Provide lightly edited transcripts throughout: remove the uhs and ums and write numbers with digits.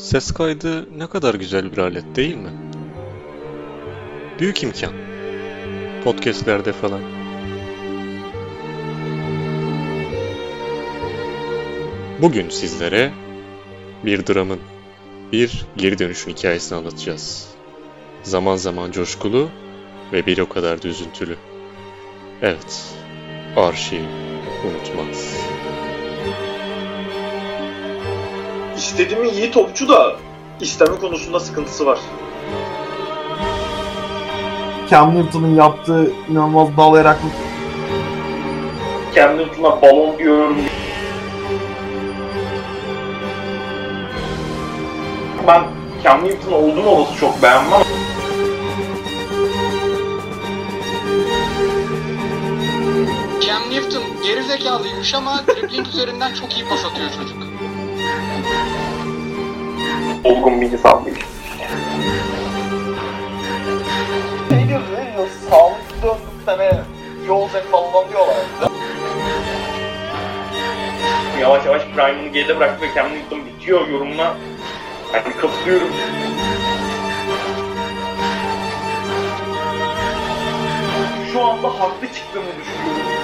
Ses kaydı ne kadar güzel bir alet değil mi? Büyük imkan. Podcast'lerde falan. Bugün sizlere bir dramın, bir geri dönüşün hikayesini anlatacağız. Zaman zaman coşkulu ve bir o kadar da üzüntülü. Evet, Arşiv unutmaz. İstediğimi iyi topçu da isteme konusunda sıkıntısı var. Cam Newton'un yaptığı inanılmaz dalayarak Cam Newton'a balon diyorum. Ben Cam Newton oldum olası çok beğenmem. Cam Newton gerizekalıymış ama dribbling üzerinden çok iyi pas atıyor çocuk. Olgun bilgi sağlayayım. Ne diyoruz? Sağlıklı döndük sene yol zen falan diyorlar. Yavaş yavaş Prime'ını geride bıraktı ve Cam Newton bitiyor yorumuna. Ben katılıyorum. Şu anda haklı çıktığımı düşünüyorum.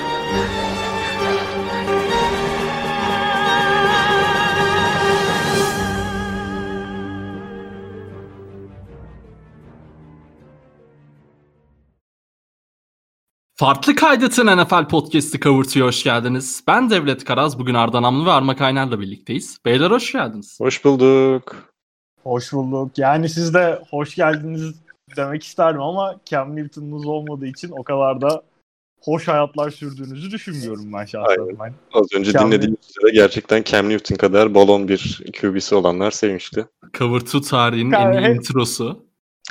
Farklı Kaydet'in NFL Podcast'ı Covertı'ya hoş geldiniz. Ben Devlet Karaz, bugün Arda Namlı ve Arma Kaynar'la birlikteyiz. Beyler hoş geldiniz. Hoş bulduk. hoş bulduk. Yani siz de hoş geldiniz demek isterdim ama Cam Newton'unuz olmadığı için o kadar da hoş hayatlar sürdüğünüzü düşünmüyorum ben şahsen. Aynen. Az önce Cam dinlediğimiz üzere gerçekten Cam Newton kadar balon bir QB'si olanlar sevmişti. Covertı tarihinin en iyi introsu.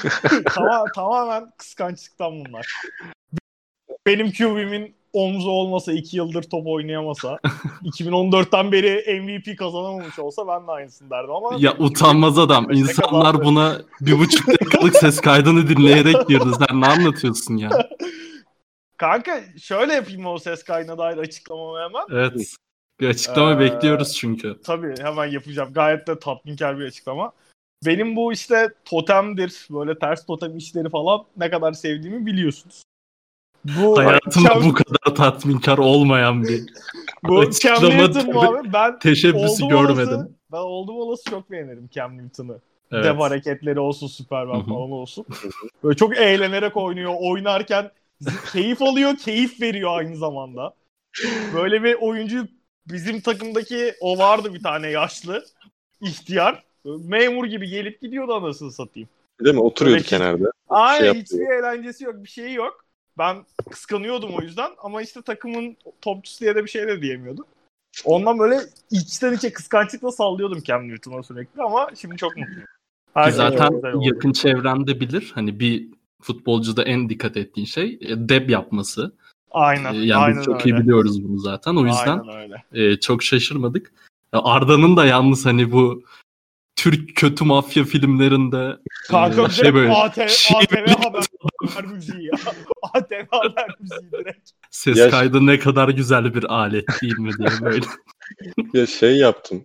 Tamamen kıskançlıktan bunlar. Benim QB'min omzu olmasa, 2 yıldır top oynayamasa, 2014'ten beri MVP kazanamamış olsa ben de aynısını derdim ama... Ya utanmaz adam. İnsanlar buna 1,5 dakikalık ses kaydını dinleyerek girdi. Sen ne anlatıyorsun ya? Kanka şöyle yapayım o ses kaydına dair açıklamamı hemen. Evet. Bir açıklama bekliyoruz çünkü. Tabii hemen yapacağım. Gayet de tatminkar bir açıklama. Benim bu işte totemdir, böyle ters totem işleri falan ne kadar sevdiğimi biliyorsunuz. Bu hayatımda bu kadar tatminkar olmayan bir Cam Newton mu abi? Ben teşebbüsü görmedim. Ben oldum olası çok beğenirim Cam Newton'ı. Evet. Dev hareketleri olsun, Superman falan olsun. Böyle çok eğlenerek oynuyor. Oynarken keyif alıyor, keyif veriyor aynı zamanda. Böyle bir oyuncu bizim takımdaki o vardı bir tane yaşlı ihtiyar. Memur gibi gelip gidiyordu anasını satayım. Değil mi? Oturuyordu Böyle kenarda. Aynen hiçbir eğlencesi yok, bir şeyi yok. Ben kıskanıyordum o yüzden ama işte takımın topçusu diye de bir şey de diyemiyordum. Ondan böyle içten içe kıskançlıkla sallıyordum Cam Newton'a sürekli ama şimdi çok mutluyum. Zaten yakın çevrende bilir. Hani bir futbolcuda en dikkat ettiğin şey deb yapması. Aynen. Yani aynen biz çok öyle. iyi biliyoruz bunu zaten. O yüzden çok şaşırmadık. Arda'nın da yalnız hani bu Türk kötü mafya filmlerinde kanka böyle ATV haber müziği ya. ATV haber müziği direkt. Ses kaydı ne kadar güzel bir alet değil mi diye böyle. Ya şey yaptım.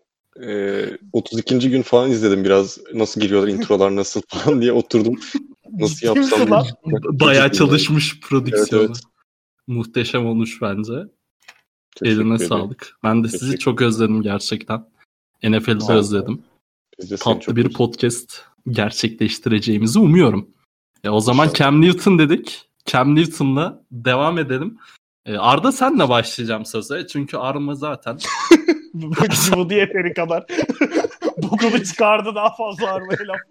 32. gün falan izledim biraz. Nasıl giriyorlar, introlar nasıl falan diye oturdum. Nasıl yapsam diye. Bayağı çalışmış prodüksiyonu. Evet. Muhteşem olmuş bence. Eline sağlık. Ben de sizi çok özledim gerçekten. NFL'de özledim. Tatlı bir podcast gerçekleştireceğimizi umuyorum. O zaman İnşallah. Cam Newton dedik. Cam Newton'la devam edelim. Arda senle başlayacağım söze. Çünkü Arma zaten... Bu diyetleri kadar. Bokunu çıkardı daha fazla Arma'ya laf.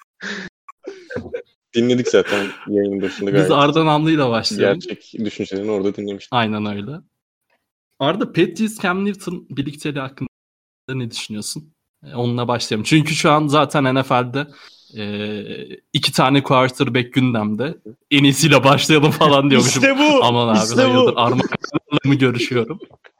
Dinledik zaten yayının başında gayet. Biz Arda Namlı'yla başlayalım. Gerçek düşüncelerini orada dinlemiştik. Aynen öyle. Arda, Patriots Cam Newton birlikteliği hakkında ne düşünüyorsun? Onunla başlayalım. Çünkü şu an zaten NFL'de 2 tane quarterback gündemde. En iyisiyle başlayalım falan diyormuşum. İşte bu. Aman abi İşte hayırdır. Armağan'la mı görüşüyorum?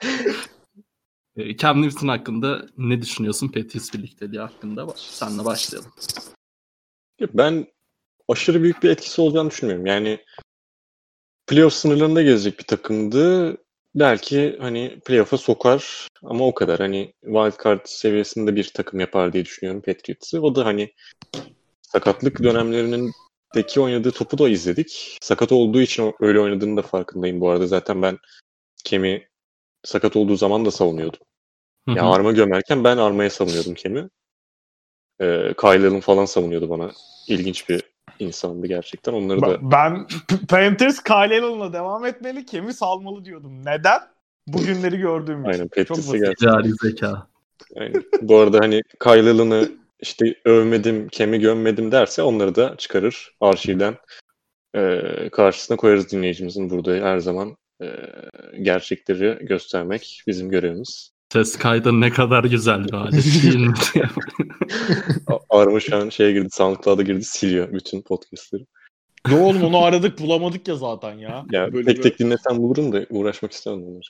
Cam Newton hakkında ne düşünüyorsun? Patriots birlikteliği hakkında senle başlayalım. Ben aşırı büyük bir etkisi olacağını düşünmüyorum. Yani playoff sınırlarında gezecek bir takımdı. belki hani playoff'a sokar ama o kadar. Hani wildcard seviyesinde bir takım yapar diye düşünüyorum Patriots'ı. O da hani sakatlık dönemlerindeki oynadığı topu da izledik. Sakat olduğu için öyle oynadığını da farkındayım bu arada. Zaten ben Kem'i sakat olduğu zaman da savunuyordum. Ya Arma gömerken ben Arma'ya savunuyordum Kem'i. Kyle Allen falan savunuyordu bana. İlginç bir insandı gerçekten. Onları da... Ben Panthers Kyle Allen'la devam etmeli, Kem'i salmalı diyordum. Neden? Bugünleri gördüğüm için. Aynen, Patriots'a gerçekten. Zeka. Aynen. Bu arada hani Kyle Allen'ı işte övmedim, Kem'i gömmedim derse onları da çıkarır arşivden. Karşısına koyarız dinleyicimizin. Burada her zaman gerçekleri göstermek bizim görevimiz. Ses kaydı ne kadar güzel bir alet değil mi? Arma şu an şeye girdi, SoundCloud'a girdi, siliyor bütün podcastları. Yo oğlum, onu aradık bulamadık ya zaten ya. Ya Böyle tek dinlesem bulurum da uğraşmak istemem onları.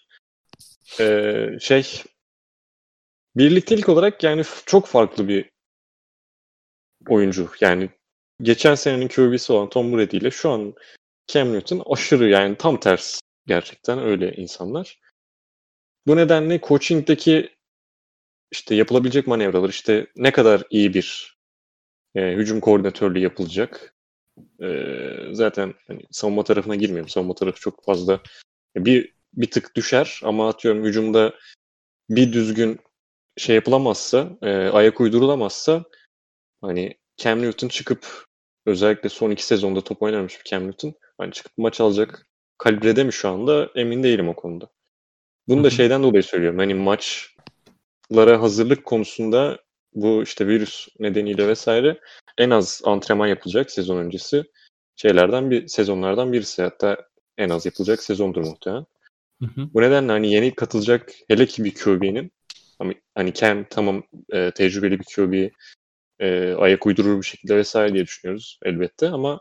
Birliktelik olarak yani çok farklı bir oyuncu. Yani geçen senenin QB'si olan Tom Brady ile şu an Cam Newton aşırı, yani tam ters, gerçekten öyle insanlar. Bu nedenle coaching'deki işte yapılabilecek manevralar, işte ne kadar iyi bir hücum koordinatörlüğü yapılacak. Zaten hani savunma tarafına girmiyorum. Savunma tarafı çok fazla bir tık düşer ama atıyorum hücumda bir düzgün şey yapılamazsa, ayak uydurulamazsa, hani Cam Newton çıkıp, özellikle son 2 sezonda top oynamış bir Cam Newton, hani çıkıp maç alacak kalibrede mi şu anda, emin değilim o konuda. Bunu da şeyden dolayı söylüyorum. Hani maçlara hazırlık konusunda bu işte virüs nedeniyle vesaire en az antrenman yapılacak sezon öncesi sezonlardan birisi, hatta en az yapılacak sezondur muhtemelen. Bu nedenle hani yeni katılacak hele ki bir QB'nin, hani Cam tamam tecrübeli bir QB, ayak uydurur bir şekilde vesaire diye düşünüyoruz elbette ama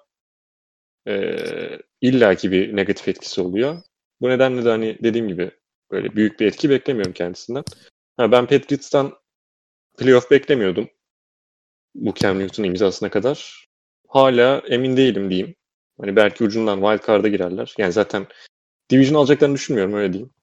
illaki bir negatif etkisi oluyor. Bu nedenle de hani dediğim gibi böyle büyük bir etki beklemiyorum kendisinden. Ben Patriots'tan playoff beklemiyordum bu Cam Newton imzasına kadar. Hala emin değilim diyeyim. Hani belki ucundan wildcard'a girerler. Yani zaten division alacaklarını düşünmüyorum, öyle diyeyim.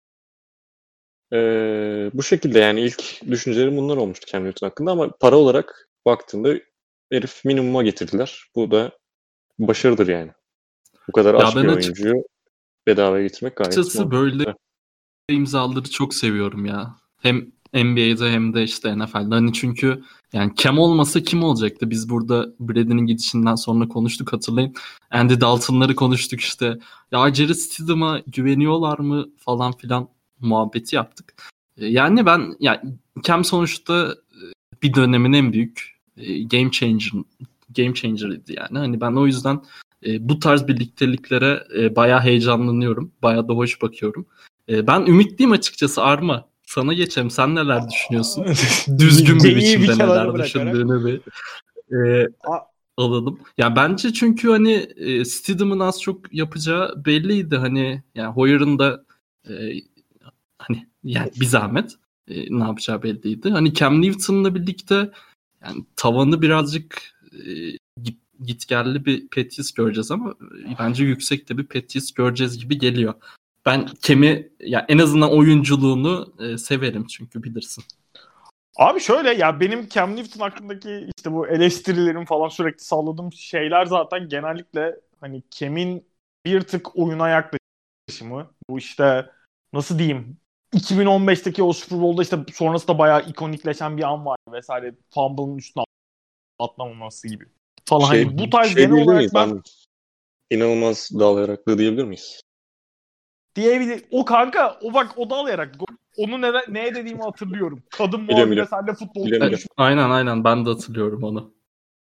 Bu şekilde yani ilk düşüncelerim bunlar olmuştu Cam Newton hakkında ama para olarak baktığında herif minimuma getirdiler. Bu da başarıdır yani. Bu kadar az bir oyuncuyu bedavaya getirmek gayet açıkçası böyle imzaları çok seviyorum ya. Hem NBA'de hem de işte NFL'de. Hani çünkü yani Cam olmasa kim olacaktı? Biz burada Brady'nin gidişinden sonra konuştuk, hatırlayın. Andy Dalton'ları konuştuk işte. Ya Jarrett Stidham'a güveniyorlar mı falan filan muhabbeti yaptık. Yani Cam sonuçta bir dönemin en büyük game changer'ıydı yani. Hani ben o yüzden bu tarz birlikteliklere bayağı heyecanlanıyorum. Bayağı da hoş bakıyorum. Ben ümitliyim açıkçası Arma. Sana geçelim. Sen neler düşünüyorsun? Düzgün bir biçimde neler düşündüğünü bir alalım. Ya bence çünkü hani Stidham'ın az çok yapacağı belliydi. Hani yani Hoyer'ın da hani yani bir zahmet ne yapacağı belliydi. Hani Cam Newton'la birlikte yani tavanı birazcık gitgelli bir Patriots göreceğiz ama bence yüksek de bir Patriots göreceğiz gibi geliyor. Ben Cam'i ya en azından oyunculuğunu severim çünkü bilirsin. Abi şöyle ya, benim Cam Newton hakkındaki işte bu eleştirilerim falan sürekli salladığım şeyler zaten genellikle hani Cam'in bir tık oyuna yaklaşımı. Bu işte nasıl diyeyim, 2015'teki o Super Bowl'da işte sonrası da bayağı ikonikleşen bir an var vesaire. Fumble'ın üstüne atlamaması gibi falan. Hani bu tarz genel olarak ben inanılmaz dalayaraklı diyebilir miyiz? Diyebilir. O kanka o bak o dalayarak. Onu neye dediğimi hatırlıyorum. Kadın muhabire senle futbol konuşuyor. Aynen ben de hatırlıyorum onu.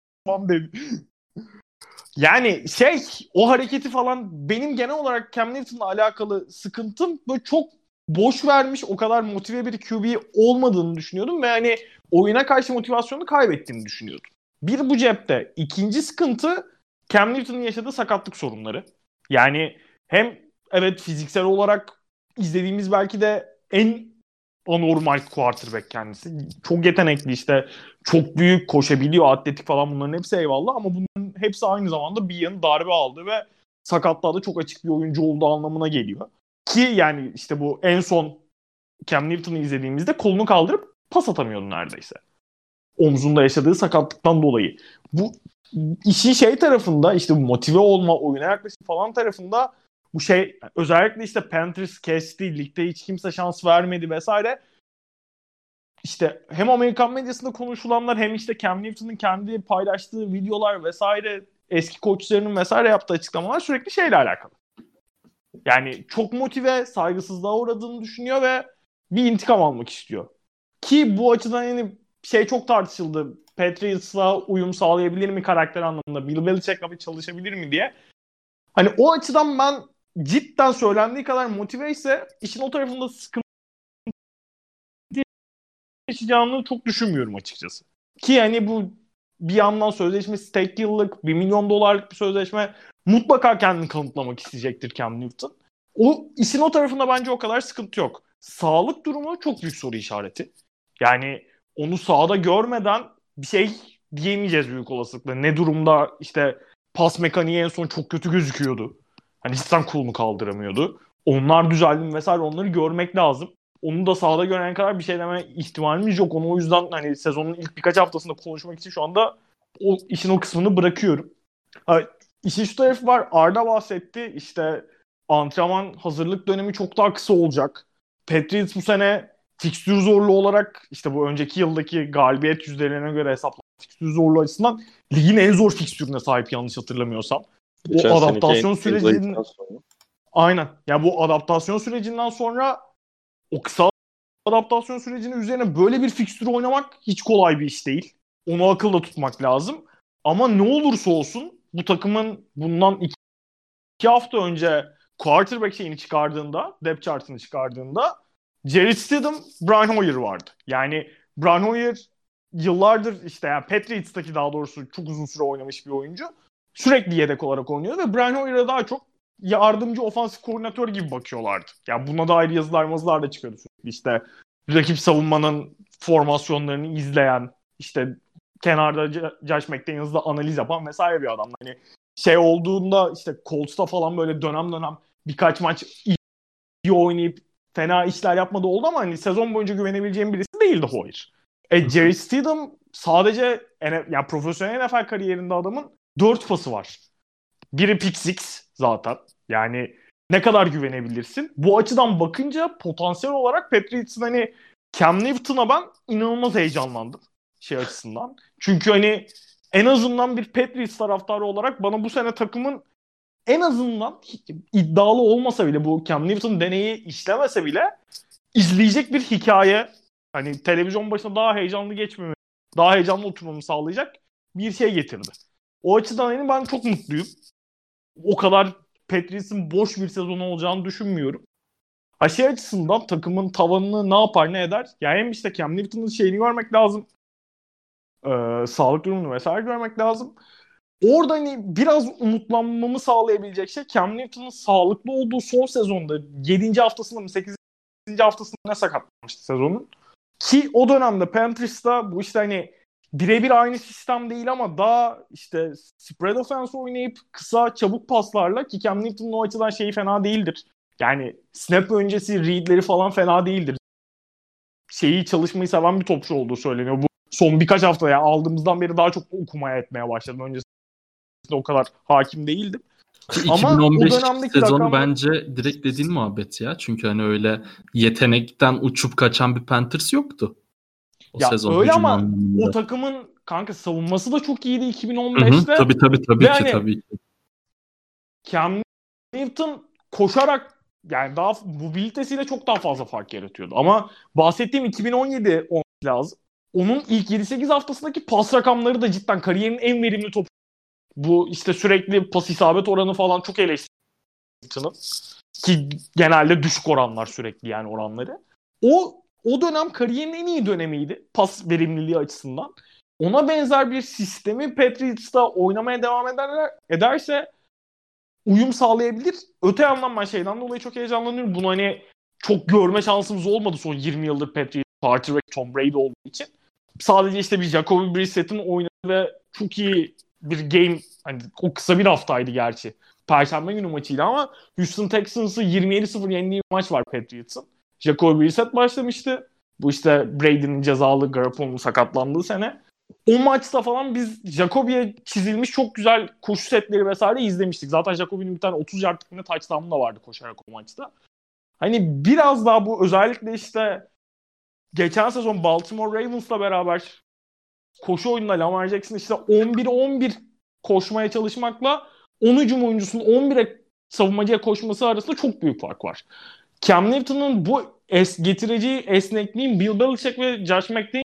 Yani o hareketi falan benim genel olarak Cam Newton'la alakalı sıkıntım böyle çok boş vermiş, o kadar motive bir QB olmadığını düşünüyordum ve hani oyuna karşı motivasyonu kaybettiğini düşünüyordum. Bir bu cepte. İkinci sıkıntı Cam Newton'un yaşadığı sakatlık sorunları. Yani hem evet fiziksel olarak izlediğimiz belki de en anormal quarterback kendisi. Çok yetenekli, işte çok büyük, koşabiliyor, atletik falan, bunların hepsi eyvallah ama bunların hepsi aynı zamanda bir yanı darbe aldı ve sakatlığa da çok açık bir oyuncu olduğu anlamına geliyor. Ki yani işte bu en son Cam Newton'u izlediğimizde kolunu kaldırıp pas atamıyordu neredeyse. Omzunda yaşadığı sakatlıktan dolayı. Bu işin şey tarafında işte bu motive olma, oyuna yaklaşım falan tarafında bu şey özellikle işte Panthers kesti, ligde hiç kimse şans vermedi vesaire. İşte hem Amerikan medyasında konuşulanlar hem işte Cam Newton'un kendi paylaştığı videolar vesaire, eski koçlarının vesaire yaptığı açıklamalar sürekli şeyle alakalı. Yani çok motive, saygısızlığa uğradığını düşünüyor ve bir intikam almak istiyor. Ki bu açıdan yani şey çok tartışıldı. Patriots'la uyum sağlayabilir mi karakter anlamında? Bill Belichick'le çalışabilir mi diye. Hani o açıdan ben cidden söylendiği kadar motive ise işin o tarafında sıkıntı yaşayacağını çok düşünmüyorum açıkçası. Ki yani bu bir yandan sözleşmesi tek yıllık $1 milyon bir sözleşme, mutlaka kendini kanıtlamak isteyecektir Cam Newton. O işin o tarafında bence o kadar sıkıntı yok. Sağlık durumu çok büyük soru işareti. Yani onu sahada görmeden bir şey diyemeyeceğiz büyük olasılıkla. Ne durumda işte pas mekaniği en son çok kötü gözüküyordu. Hani cidden kolunu kaldıramıyordu. Onlar düzeldi mi vesaire, onları görmek lazım. Onu da sahada gören kadar bir şey deme ihtimalimiz yok. Onu o yüzden hani sezonun ilk birkaç haftasında konuşmak için şu anda o işin o kısmını bırakıyorum. İşin şu tarafı var. Arda bahsetti. İşte antrenman hazırlık dönemi çok daha kısa olacak. Patriots bu sene fikstür zorluğu olarak işte bu önceki yıldaki galibiyet yüzdelerine göre hesaplanan fikstür zorluğu açısından ligin en zor fikstürüne sahip yanlış hatırlamıyorsam. O adaptasyon sürecinin aynen. Yani bu adaptasyon sürecinden sonra o kısa adaptasyon sürecinin üzerine böyle bir fikstürü oynamak hiç kolay bir iş değil. Onu akılda tutmak lazım. Ama ne olursa olsun bu takımın bundan 2 hafta önce quarterback şeyini çıkardığında, depth chart'ını çıkardığında Jarrett Stidham, Brian Hoyer vardı. Yani Brian Hoyer yıllardır işte yani Patriots'taki daha doğrusu çok uzun süre oynamış bir oyuncu. Sürekli yedek olarak oynuyor ve Brian Hoyer'a daha çok yardımcı ofansif koordinatör gibi bakıyorlardı. Yani buna dair yazılar da çıkıyordu sürekli. İşte rakip savunmanın formasyonlarını izleyen, işte kenarda Josh McDaniels'da analiz yapan vesaire bir adam. Hani şey olduğunda işte Colts'ta falan böyle dönem birkaç maç iyi oynayıp fena işler yapmadı oldu ama hani sezon boyunca güvenebileceğim birisi değildi Hoyer. Jarrett Stidham sadece yani profesyonel NFL kariyerinde adamın 4 pası var. Biri pick six zaten. Yani ne kadar güvenebilirsin? Bu açıdan bakınca potansiyel olarak Patriots'ın hani Cam Newton'a ben inanılmaz heyecanlandım şey açısından. Çünkü hani en azından bir Patriots taraftarı olarak bana bu sene takımın en azından iddialı olmasa bile, bu Cam Newton deneyi işlemese bile izleyecek bir hikaye, hani televizyon başında daha heyecanlı geçmemi, daha heyecanlı oturmamı sağlayacak bir şey getirdi. O açıdan hani ben çok mutluyum. O kadar Patriots'ın boş bir sezonu olacağını düşünmüyorum. Şey açısından takımın tavanını ne yapar ne eder? Yani hem işte Cam Newton'un şeyini görmek lazım. Sağlık durumunu vesaire görmek lazım. Orada hani biraz umutlanmamı sağlayabilecek şey Cam Newton'un sağlıklı olduğu son sezonda 7. haftasında mı 8. haftasında ne sakatlanmıştı sezonun. Ki o dönemde Panthers'ta bu işte hani birebir aynı sistem değil ama daha işte spread offense oynayıp kısa çabuk paslarla, ki Cam Newton'un o açıdan şeyi fena değildir. Yani snap öncesi readleri falan fena değildir. Şeyi çalışmayı seven bir topçu olduğu söyleniyor. Bu son birkaç hafta yani aldığımızdan beri daha çok okumaya etmeye başladım. Öncesinde o kadar hakim değildim. Ama 2015 sezonu rakamlar bence direkt dediğin muhabbet ya. Çünkü hani öyle yetenekten uçup kaçan bir Panthers yoktu. O ya sezon öyle ama anlamında. O takımın kanka savunması da çok iyiydi 2015'te. Tabii ki. Cam Newton koşarak yani daha mobilitesiyle çok daha fazla fark yaratıyordu. Ama bahsettiğim 2017 olması lazım. Onun ilk 7-8 haftasındaki pas rakamları da cidden kariyerin en verimli topu. Bu işte sürekli pas isabet oranı falan çok eleştirilen. Ki genelde düşük oranlar sürekli yani oranları. O dönem kariyerin en iyi dönemiydi pas verimliliği açısından. Ona benzer bir sistemi Patriots'ta oynamaya devam ederse uyum sağlayabilir. Öte yandan ben şeyden dolayı çok heyecanlanıyorum. Bunu hani çok görme şansımız olmadı son 20 yıldır Patriots quarterback Tom Brady olduğu için. Sadece işte bir Jacoby Brissett'in oynadığı ve çok iyi bir game, hani o kısa bir haftaydı gerçi. Perşembe günü maçıydı ama Houston Texans'ı 27-0 yendiği maç var Patriots'ın. Jacoby Brissett başlamıştı. Bu işte Brady'nin cezalı, Garoppolo'nun sakatlandığı sene. O maçta falan biz Jacoby'ye çizilmiş çok güzel koşu setleri vesaire izlemiştik. Zaten Jacoby'nin bir tane 30 yardlık bir touchdown'u da vardı koşarak o maçta. Hani biraz daha bu özellikle işte geçen sezon Baltimore Ravens'la beraber koşu oyununda Lamar Jackson işte 11-11 koşmaya çalışmakla 10 hücum oyuncusunun 11'e savunmacıya koşması arasında çok büyük fark var. Cam Newton'un bu getireceği esnekliğin Bill Belichick ve Josh McDaniels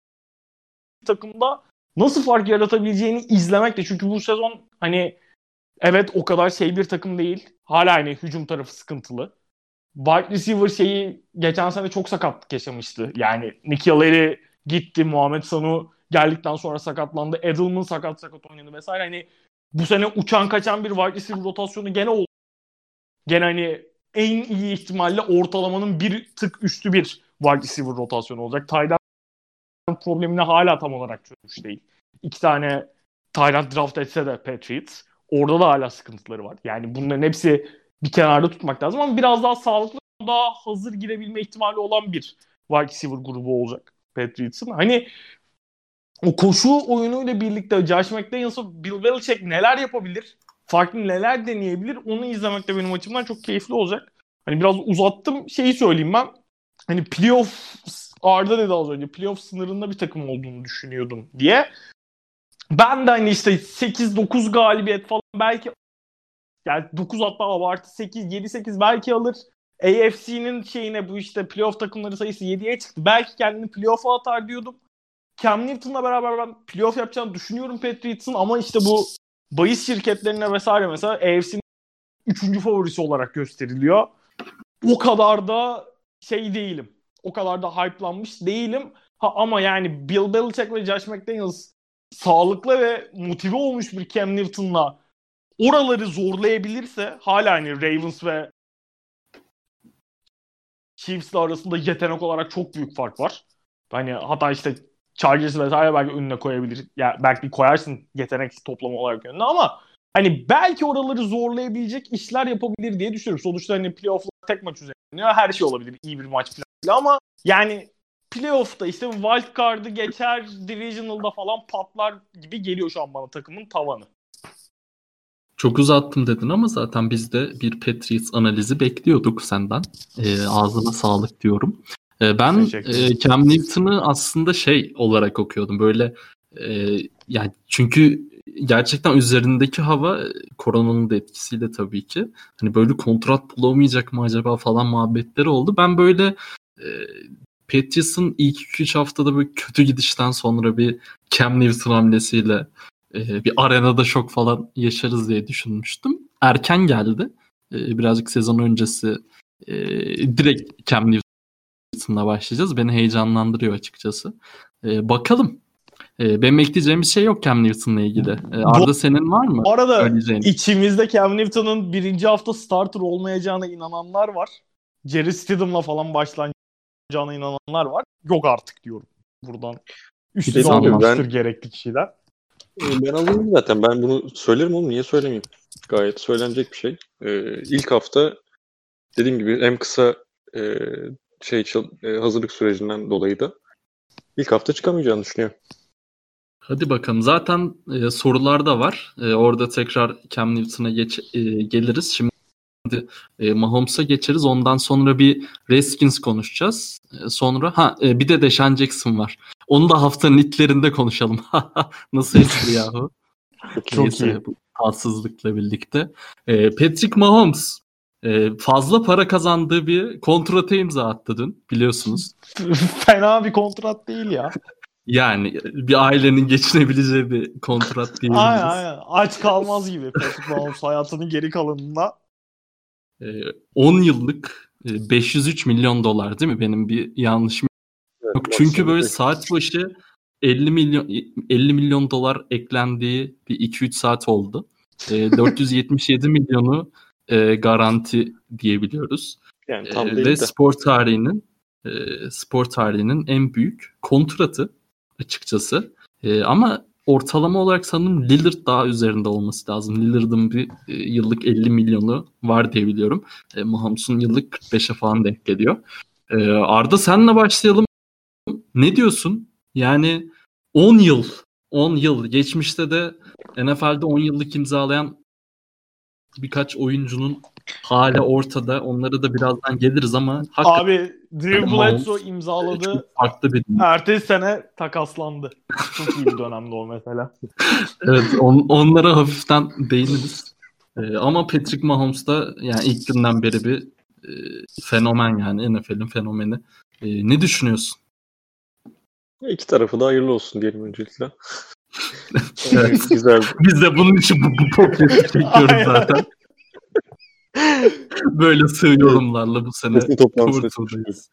takımda nasıl fark yaratabileceğini izlemek de. Çünkü bu sezon hani evet o kadar bir takım değil. Hala hani hücum tarafı sıkıntılı. Wide receiver geçen sene çok sakatlık yaşamıştı. Yani Nikhil Harry gitti. Muhammed Sanu geldikten sonra sakatlandı. Edelman sakat oynadı vesaire. Hani bu sene uçan kaçan bir wide receiver rotasyonu gene oldu. Gene hani en iyi ihtimalle ortalamanın bir tık üstü bir wide receiver rotasyonu olacak. Tight end problemini hala tam olarak çözmüş değil. 2 tane tight end draft etse de Patriots orada da hala sıkıntıları var. Yani bunların hepsi bir kenarda tutmak lazım ama biraz daha sağlıklı, daha hazır girebilme ihtimali olan bir wide receiver grubu olacak Patriots'ın. Hani o koşu oyunuyla birlikte Josh McDaniels'a Bill Belichick neler yapabilir? Farklı neler deneyebilir? Onu izlemek de benim açımdan çok keyifli olacak. Hani biraz uzattım. Söyleyeyim ben. Hani playoff Arda dedi az önce. Playoff sınırında bir takım olduğunu düşünüyordum diye. Ben de hani işte 8-9 galibiyet falan belki yani 9 hatta abartı 8 7-8 belki alır. AFC'nin bu işte playoff takımları sayısı 7'ye çıktı. Belki kendini playoff'a atar diyordum. Cam Newton'la beraber ben playoff yapacağını düşünüyorum Patriots'ın ama işte bu bahis şirketlerine vesaire mesela AFC'nin 3. favorisi olarak gösteriliyor. O kadar da değilim. O kadar da hype'lanmış değilim. Ama yani Bill Belichick ve Josh McDaniels sağlıklı ve motive olmuş bir Cam Newton'la oraları zorlayabilirse hala hani Ravens ve Chiefs'le arasında yetenek olarak çok büyük fark var. Hani hatta işte Chargers vesaire belki önüne koyabilir. Ya belki koyarsın yetenek toplama olarak önüne ama hani belki oraları zorlayabilecek işler yapabilir diye düşünüyorum. Sonuçta hani playoff'la tek maç üzerine her şey olabilir. İyi bir maç falan ama yani playoff'ta işte wild card'ı geçer, divisional'da falan patlar gibi geliyor şu an bana takımın tavanı. Çok uzattım dedin ama zaten biz de bir Patriots analizi bekliyorduk senden. Ağzına sağlık diyorum. Ben Cam Newton'ı aslında olarak okuyordum. Böyle yani çünkü gerçekten üzerindeki hava koronanın da etkisiyle tabii ki. Hani böyle kontrat bulamayacak mı acaba falan muhabbetleri oldu. Ben böyle Patriots'ın ilk 2-3 haftada böyle kötü gidişten sonra bir Cam Newton hamlesiyle bir arenada şok falan yaşarız diye düşünmüştüm. Erken geldi. Birazcık sezon öncesi direkt Cam Newton'la başlayacağız. Beni heyecanlandırıyor açıkçası. Bakalım. Benim ekleyeceğim bir şey yok Cam Newton'la ilgili. Arda senin var mı? Bu arada içimizde Cam Newton'un 1. hafta starter olmayacağına inananlar var. Jerry Stidham'la falan başlanacağına inananlar var. Yok artık diyorum buradan. Üstüne alınmıştır gerekli kişiler. Ben alayım zaten. Ben bunu söylerim oğlum. Niye söylemeyeyim? Gayet söylenecek bir şey. İlk hafta dediğim gibi hem kısa hazırlık sürecinden dolayı da ilk hafta çıkamayacağını düşünüyorum. Hadi bakalım. Zaten sorular da var. Orada tekrar Cam Newton'a geliriz. Şimdi Mahomes'a geçeriz. Ondan sonra bir Redskins konuşacağız. Sonra bir de Deshaun Jackson var. Onu da haftanın ilklerinde konuşalım. Nasıl espri yahu? Çok iyi. Bu tatsızlıkla birlikte. Patrick Mahomes fazla para kazandığı bir kontrata imza attı dün. Biliyorsunuz. Fena bir kontrat değil ya. Yani bir ailenin geçinebileceği bir kontrat diyebiliriz. Aynen. Aç kalmaz gibi Patrick Mahomes hayatının geri kalanında. 10 yıllık 503 milyon dolar değil mi? Benim bir yanlışım yok. Çünkü böyle saat başı 50 milyon dolar eklendiği bir 2-3 saat oldu. 477 milyonu garanti diyebiliyoruz. Yani tam ve spor tarihinin en büyük kontratı açıkçası. Ama ortalama olarak sanırım Lillard daha üzerinde olması lazım. Lillard'ın bir yıllık 50 milyonu var diye biliyorum. Mahomes'un yıllık 45'e falan denk geliyor. Arda senle başlayalım. Ne diyorsun? Yani 10 yıl geçmişte de NFL'de 10 yıllık imzalayan birkaç oyuncunun hala ortada. Onlara da birazdan geliriz ama Abi Drew Mahomes Bledsoe imzaladı. çok farklı bir Ertesi sene takaslandı. Çok iyi bir dönemdi o mesela. Evet, onlara hafiften değiniriz. Ama Patrick Mahomes da yani ilk günden beri bir fenomen, yani NFL'in fenomeni. Ne düşünüyorsun? İki tarafı da hayırlı olsun diyelim öncelikle. Evet. Güzel. Biz de bunun için bu podcast'ı çekiyoruz zaten. Böyle sığ yorumlarla bu sene Basın toplantısına kurtuldayız.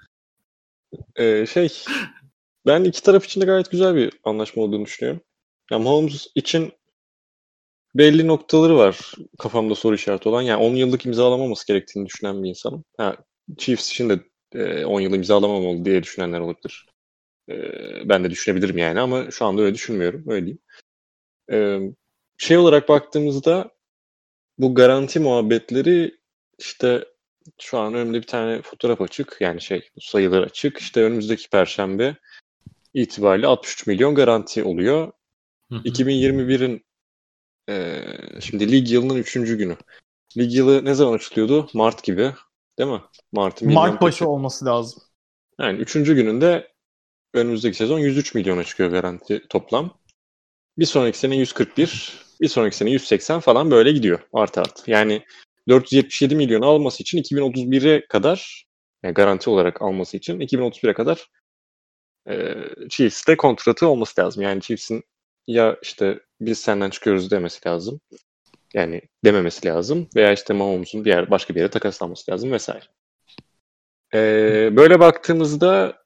Ben iki taraf için de gayet güzel bir anlaşma olduğunu düşünüyorum. Yani Mahomes için belli noktaları var kafamda soru işareti olan. Yani 10 yıllık imzalamaması gerektiğini düşünen bir insanım. Chiefs için de 10 yıl imzalamamalı diye düşünenler olabilir. Ben de düşünebilirim yani ama şu anda öyle düşünmüyorum. Öyle diyeyim. Şey olarak baktığımızda bu garanti muhabbetleri, işte şu an önümde bir tane fotoğraf açık. Yani sayılar açık. İşte önümüzdeki Perşembe itibariyle 63 milyon garanti oluyor. 2021'in şimdi lig yılının 3. günü. Lig yılı ne zaman açılıyordu? Mart gibi. Değil mi? Mart başı olması lazım. Yani 3. gününde önümüzdeki sezon 103 milyona çıkıyor garanti toplam. Bir sonraki sene 141, bir sonraki sene 180 falan böyle gidiyor artı. Yani 477 milyon alması için 2031'e kadar, yani garanti olarak alması için 2031'e kadar Chiefs'te kontratı olması lazım. Yani Chiefs'in ya işte biz senden çıkıyoruz demesi lazım. Yani dememesi lazım. Veya işte Mahomes'un başka bir yere takaslanması lazım vesaire. Böyle baktığımızda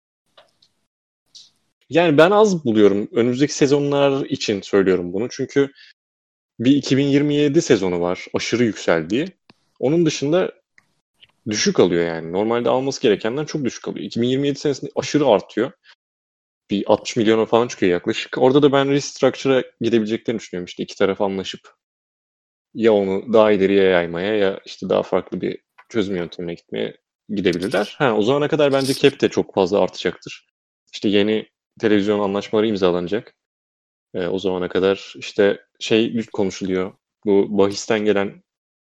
yani ben az buluyorum. Önümüzdeki sezonlar için söylüyorum bunu. Çünkü bir 2027 sezonu var. Aşırı yükseldiği. Onun dışında düşük alıyor yani. Normalde alması gerekenden çok düşük alıyor. 2027 senesinde aşırı artıyor. Bir 60 milyona falan çıkıyor yaklaşık. Orada da ben restructure'a gidebileceklerini düşünüyorum. İşte iki taraf anlaşıp ya onu daha ileriye yaymaya ya işte daha farklı bir çözüm yöntemine gitmeye gidebilirler. O zamana kadar bence cap de çok fazla artacaktır. İşte yeni televizyon anlaşmaları imzalanacak. O zamana kadar işte konuşuluyor. Bu bahisten gelen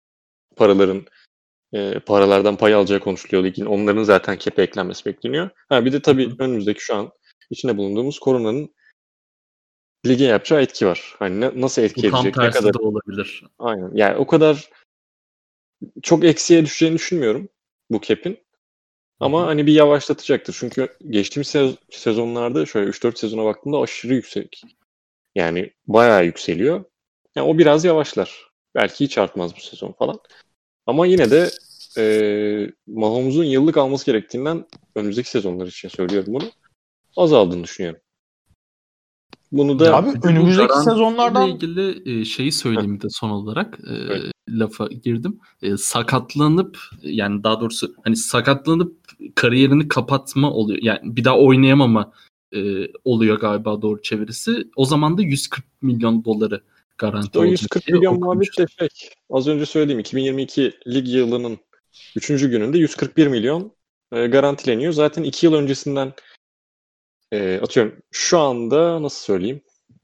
paralardan pay alacağı konuşuluyor ligin. Onların zaten cap'e eklenmesi bekleniyor. Bir de tabii önümüzdeki şu an içinde bulunduğumuz koronanın lige yapacağı etki var. Nasıl etki edecek? Bu tam tersi de olabilir. Aynen. Yani o kadar çok eksiye düşeceğini düşünmüyorum bu cap'in. Ama bir yavaşlatacaktır. Çünkü geçtiğimiz sezonlarda şöyle 3-4 sezona baktığımda aşırı yüksek. Yani bayağı yükseliyor. Yani o biraz yavaşlar. Belki hiç artmaz bu sezon falan. Ama yine de Mahomes'un yıllık alması gerektiğinden önümüzdeki sezonlar için söylüyorum bunu. Azaldığını düşünüyorum. Bunu da abi önümüzdeki sezonlardan ilgili şeyi söyleyeyim de son olarak lafa girdim. Sakatlanıp, yani daha doğrusu hani sakatlanıp kariyerini kapatma oluyor. Yani bir daha oynayamama oluyor galiba doğru çevirisi. O zaman da 140 milyon doları garanti olacak. O 140 milyon muhabbet de az önce söylediğim 2022 lig yılının 3. gününde 141 milyon garantileniyor. Zaten 2 yıl öncesinden atıyorum şu anda nasıl söyleyeyim?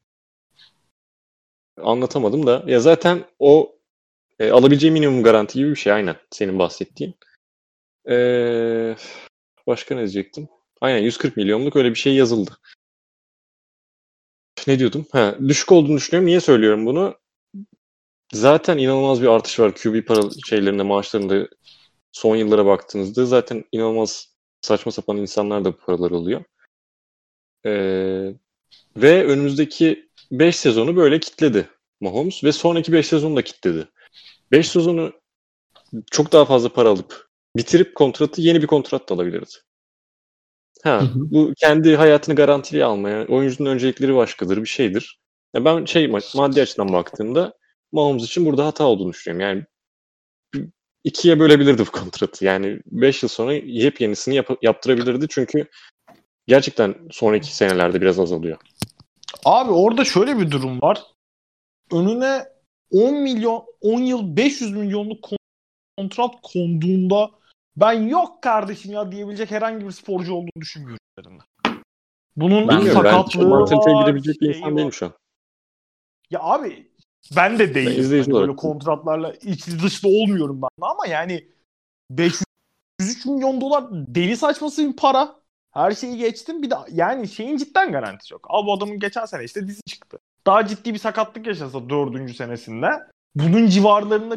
Anlatamadım da. Ya zaten o alabileceği minimum garanti gibi bir şey aynen senin bahsettiğin. Başka ne diyecektim? Aynen 140 milyonluk öyle bir şey yazıldı. Ne diyordum? Düşük olduğunu düşünüyorum. Niye söylüyorum bunu? Zaten inanılmaz bir artış var QB maaşlarında son yıllara baktığınızda zaten inanılmaz saçma sapan insanlar da bu paralar alıyor. Ve önümüzdeki 5 sezonu böyle kitledi Mahomes ve sonraki 5 sezonu da kitledi. 5 sezonu çok daha fazla para alıp bitirip yeni bir kontrat da alabilirdi. Bu kendi hayatını garantiliye almaya, oyuncunun öncelikleri başkadır, bir şeydir. Ben maddi açıdan baktığımda Mahomes için burada hata olduğunu düşünüyorum. Yani 2'ye bölebilirdi bu kontratı. Yani 5 yıl sonra yepyenisini yaptırabilirdi çünkü gerçekten sonraki senelerde biraz azalıyor. Abi orada şöyle bir durum var. Önüne 10 yıl 500 milyonluk kontrat konduğunda ben yok kardeşim ya diyebilecek herhangi bir sporcu olduğunu düşünmüyorum üzerinde. Bunun sakatlığı var. Mantaliteye girebilecek bir insan değilim şu an. Ya abi ben de değilim. Ben izleyici olarak. Böyle kontratlarla içli dışlı olmuyorum ben de ama yani 503 milyon dolar deli saçması bir para. Her şeyi geçtim. Bir de yani şeyin cidden garantisi yok. Abi bu adamın geçen sene işte dizi çıktı. Daha ciddi bir sakatlık yaşasa 4. senesinde bunun civarlarında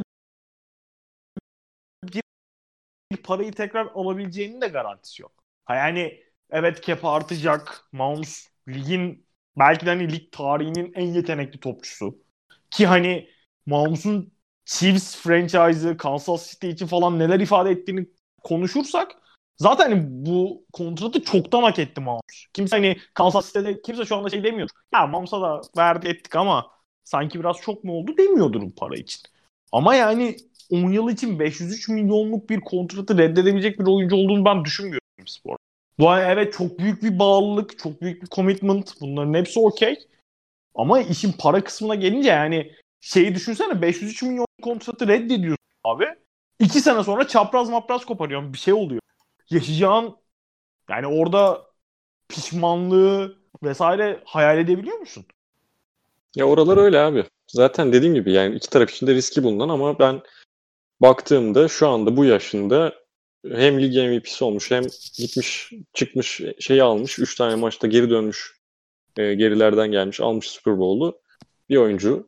bir parayı tekrar alabileceğinin de garantisi yok. Yani evet cap artacak. Mahomes ligin belki de hani lig tarihinin en yetenekli topçusu. Ki hani Mahomes'un Chiefs franchise'ı Kansas City için falan neler ifade ettiğini konuşursak zaten hani bu kontratı çoktan hak etti Mahomes. Kimse hani Kansas City'de kimse şu anda şey demiyor. Ya Mahomes'a da verdi ettik ama sanki biraz çok mu oldu demiyordur bu para için. Ama yani 10 yıl için 503 milyonluk bir kontratı reddedebilecek bir oyuncu olduğunu ben düşünmüyorum spor. Bu evet çok büyük bir bağlılık, çok büyük bir commitment. Bunların hepsi okey. Ama işin para kısmına gelince yani şeyi düşünsene 503 milyon kontratı reddediyorsun abi. 2 sene sonra çapraz mapraz koparıyorsun. Bir şey oluyor. Yaşayacağın yani orada pişmanlığı vesaire hayal edebiliyor musun? Ya oralar öyle abi. Zaten dediğim gibi yani iki taraf için de riski bulunan ama ben baktığımda şu anda bu yaşında hem lig MVP'si olmuş hem gitmiş çıkmış şeyi almış. 3 tane maçta geri dönmüş. Gerilerden gelmiş almış Super Bowl'u. Bir oyuncu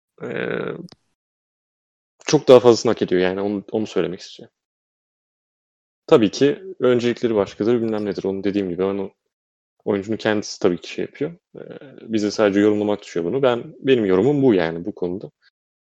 çok daha fazlasını hak ediyor yani onu söylemek istiyorum. Tabii ki öncelikleri başkadır bilmem nedir. Onu dediğim gibi oyuncunun kendisi tabii ki şey yapıyor. Bize sadece yorumlamak düşüyor bunu. Benim yorumum bu yani bu konuda.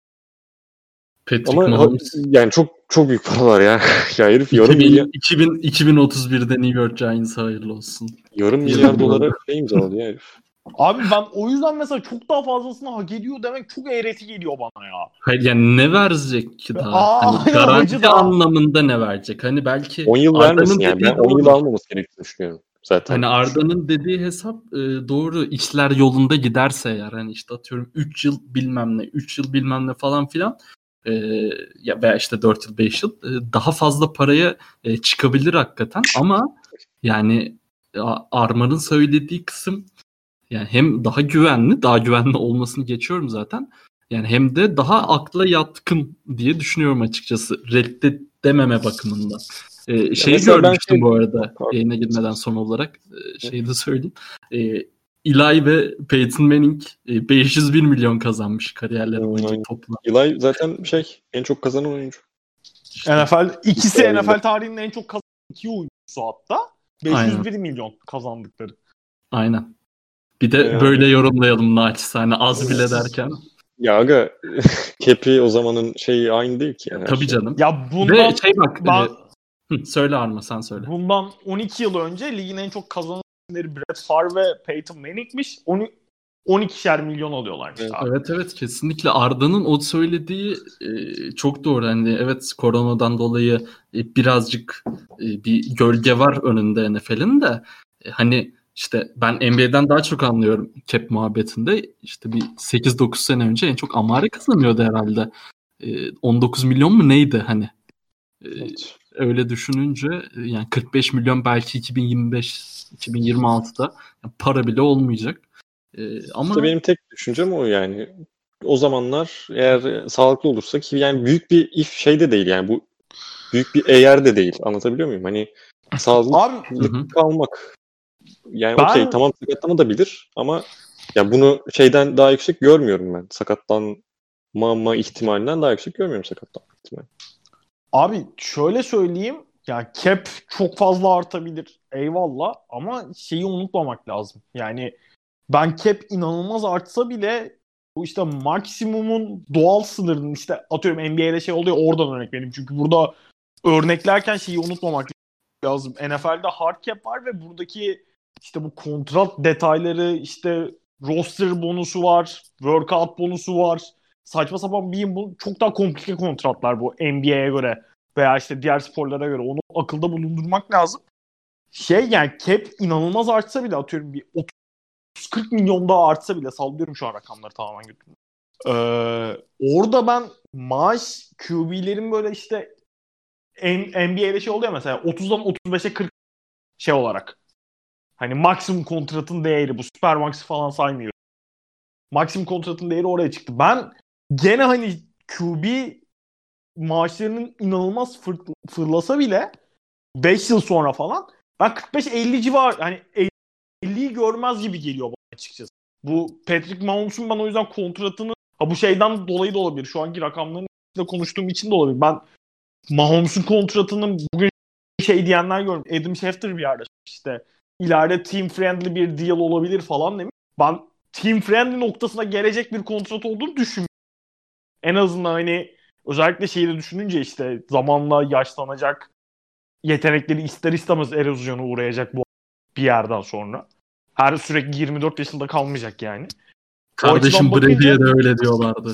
Patrick Ama Mahomes yani çok büyük paralar ya. Ya herif yarım 2030'da New York Giants hayırlı olsun. yarım milyar dolara şey imzaladı ya herif. Abi ben o yüzden mesela çok daha fazlasını hak ediyor demek çok eğreti geliyor bana ya. Hayır yani ne verecek ki daha? Hani garanti anlamında ne verecek? Hani belki 10 yıl vermesin yani. Ben 10 yıl almaması gerektiğini düşünüyorum. Zaten. Hani Arda'nın dediği hesap doğru, işler yolunda giderse eğer hani işte atıyorum 3 yıl bilmem ne 3 yıl bilmem ne falan filan ya veya işte 4 yıl 5 yıl daha fazla paraya çıkabilir hakikaten ama yani Arman'ın söylediği kısım yani hem daha güvenli olmasını geçiyorum zaten. Yani hem de daha akla yatkın diye düşünüyorum açıkçası. Reddedememe bakımından. Şeyi görmüştüm bu arada yayına girmeden son olarak. Şeyi de söyleyeyim. Eli ve Peyton Manning 501 milyon kazanmış kariyerleri boyunca toplam. Eli zaten en çok kazanan oyuncu. İkisi NFL tarihinin en çok kazanan iki oyuncusu hatta. 501 milyon kazandıkları. Aynen. Bir de böyle yorumlayalım naçizane az bile derken. Ya aga cap'i o zamanın şeyi aynı değil ki yani. Tabii canım. Ya bundan söyle Arma sen söyle. Bundan 12 yıl önce ligin en çok kazananları Brett Favre ve Peyton Manning'miş. 12'şer milyon alıyorlarmış abi. Evet kesinlikle Arda'nın o söylediği çok doğru. Hani evet koronadan dolayı birazcık bir gölge var önünde NFL'in de hani İşte ben NBA'den daha çok anlıyorum cap muhabbetinde. İşte bir 8-9 sene önce en çok Amare kazanıyordu herhalde. 19 milyon mu neydi hani? Evet. Öyle düşününce yani 45 milyon belki 2025-2026'da para bile olmayacak. Ama İşte benim tek düşüncem o yani. O zamanlar eğer sağlıklı olursa ki yani büyük bir şey de değil yani bu büyük bir eğer de değil. Anlatabiliyor muyum? Hani sağlıklı kalmak. Yani okey tamam sakatlanabilir ama ya bunu şeyden daha yüksek görmüyorum ben. Sakatlanmama ihtimalinden daha yüksek görmüyorum sakatlanma ihtimali. Abi şöyle söyleyeyim. Ya cap çok fazla artabilir. Eyvallah ama şeyi unutmamak lazım. Yani ben cap inanılmaz artsa bile bu işte maksimumun doğal sınırının işte atıyorum NBA'de şey oluyor oradan örnek vereyim. Çünkü burada örneklerken şeyi unutmamak lazım. NFL'de hard cap var ve buradaki işte bu kontrat detayları işte roster bonusu var, workout bonusu var. Saçma sapan bu çok daha komplike kontratlar bu NBA'ye göre veya işte diğer sporlara göre. Onu akılda bulundurmak lazım. Yani cap inanılmaz artsa bile atıyorum bir 30-40 milyon daha artsa bile, sallıyorum şu an rakamları tamamen götürdüm. Orada ben maaş QB'lerin böyle işte NBA'de şey oluyor mesela 30'dan 35'e 40 şey olarak. Hani maksimum kontratın değeri, bu Supermax'i falan saymıyor. Maksimum kontratın değeri oraya çıktı. Ben gene hani QB maaşlarının inanılmaz fırlasa bile 5 yıl sonra falan ben 45-50 civar, hani 50'yi görmez gibi geliyor bana açıkçası. Bu Patrick Mahomes'un ben o yüzden kontratını, bu şeyden dolayı da olabilir. Şu anki rakamların içinde konuştuğum için de olabilir. Ben Mahomes'un kontratının bugün şey diyenler gördüm. Adam Schefter bir yerde işte ileride team friendly bir deal olabilir falan demiş. Ben team friendly noktasına gelecek bir kontrat olduğunu düşünmüyorum. En azından hani özellikle şeyi de düşününce işte zamanla yaşlanacak, yetenekleri ister istemez erozyona uğrayacak bu bir yerden sonra. Her sürekli 24 yaşında kalmayacak yani. Kardeşim Brady'ye de öyle diyorlardı.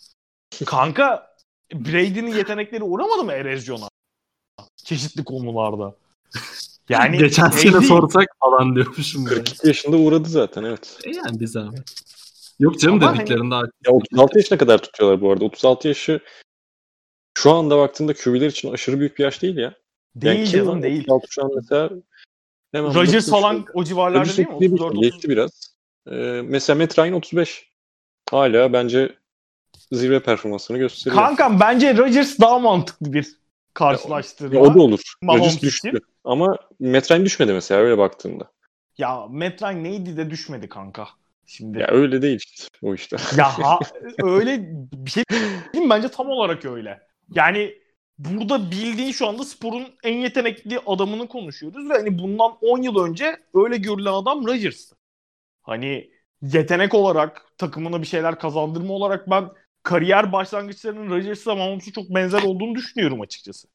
Kanka Brady'nin yetenekleri uğramadı mı erozyona? Çeşitli konularda. Yani geçen sene sorsak falan diyormuşum. 42 yaşında uğradı zaten, evet. Yani biz abi. Yok canım, ama dediklerinde hani, ya 36 yaşına kadar tutuyorlar bu arada. 36 yaşı şu anda baktığında QB'ler için aşırı büyük bir yaş değil ya. Değil yani canım, değil. 36 şu an mesela Rodgers falan o civarlarda değil mi? 34 geçti biraz. Mesela Matt Ryan 35. Hala bence zirve performansını gösteriyor. Kankam bence Rodgers daha mantıklı bir karşılaştırma. O da olur. Rodgers düştü. Için. Ama Matt Ryan düşmedi mesela öyle baktığında. Ya Matt Ryan neydi de düşmedi kanka. Şimdi. Ya öyle değil işte o işte. Ya öyle bir şey değil mi? Bence tam olarak öyle. Yani burada bildiğin şu anda sporun en yetenekli adamını konuşuyoruz ve hani bundan 10 yıl önce öyle görülen adam Rodgers'tı. Hani yetenek olarak, takımına bir şeyler kazandırma olarak ben kariyer başlangıçlarının Rodgers'a Mahomes'a çok benzer olduğunu düşünüyorum açıkçası.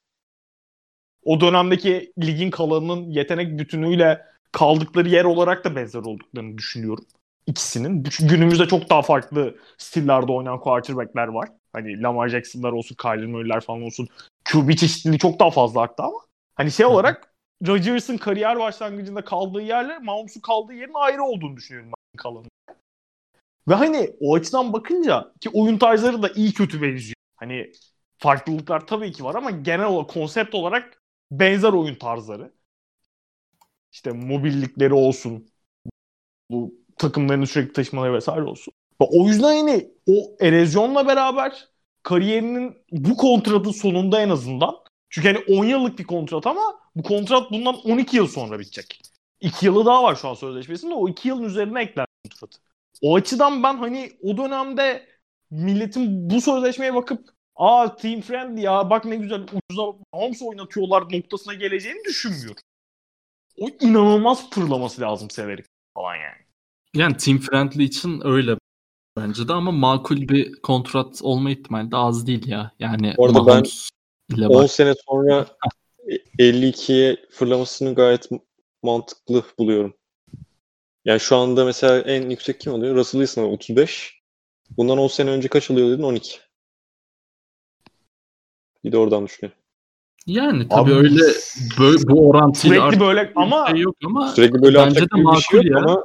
O dönemdeki ligin kalanının yetenek bütünüyle kaldıkları yer olarak da benzer olduklarını düşünüyorum. İkisinin. Günümüzde çok daha farklı stillerde oynayan quarterback'ler var. Hani Lamar Jackson'lar olsun, Kyler Murray'ler falan olsun. QB çeşitliliği çok daha fazla arttı ama hani şey olarak Rodgers'ın kariyer başlangıcında kaldığı yerle Mahomes'un kaldığı yerin ayrı olduğunu düşünüyorum ben kalanın. Ve hani o açıdan bakınca ki oyun tarzları da iyi kötü benziyor. Hani farklılıklar tabii ki var ama genel olarak konsept olarak benzer oyun tarzları. İşte mobillikleri olsun, bu takımlarını sürekli taşımaları vesaire olsun. Ve o yüzden yine o erozyonla beraber kariyerinin bu kontratın sonunda en azından, çünkü hani 10 yıllık bir kontrat ama bu kontrat bundan 12 yıl sonra bitecek. 2 yılı daha var şu an sözleşmesinde, o 2 yılın üzerine ekler kontratı. O açıdan ben hani o dönemde milletin bu sözleşmeye bakıp team friendly ya bak ne güzel ucuza Mahomes oynatıyorlar noktasına geleceğini düşünmüyorum. O inanılmaz fırlaması lazım severek falan yani. Yani team friendly için öyle bence de ama makul bir kontrat olma ihtimali de az değil ya. Yani orada Mahomes ben 10 sene sonra 52'ye fırlamasını gayet mantıklı buluyorum. Yani şu anda mesela en yüksek kim alıyor? Russell Wilson 35. Bundan 10 sene önce kaç alıyor dedin? 12. Bir de oradan düşünüyorum. Yani tabii öyle bu orantıyla sürekli böyle ama şey yok ama sürekli böyle bence de makul ya. Ama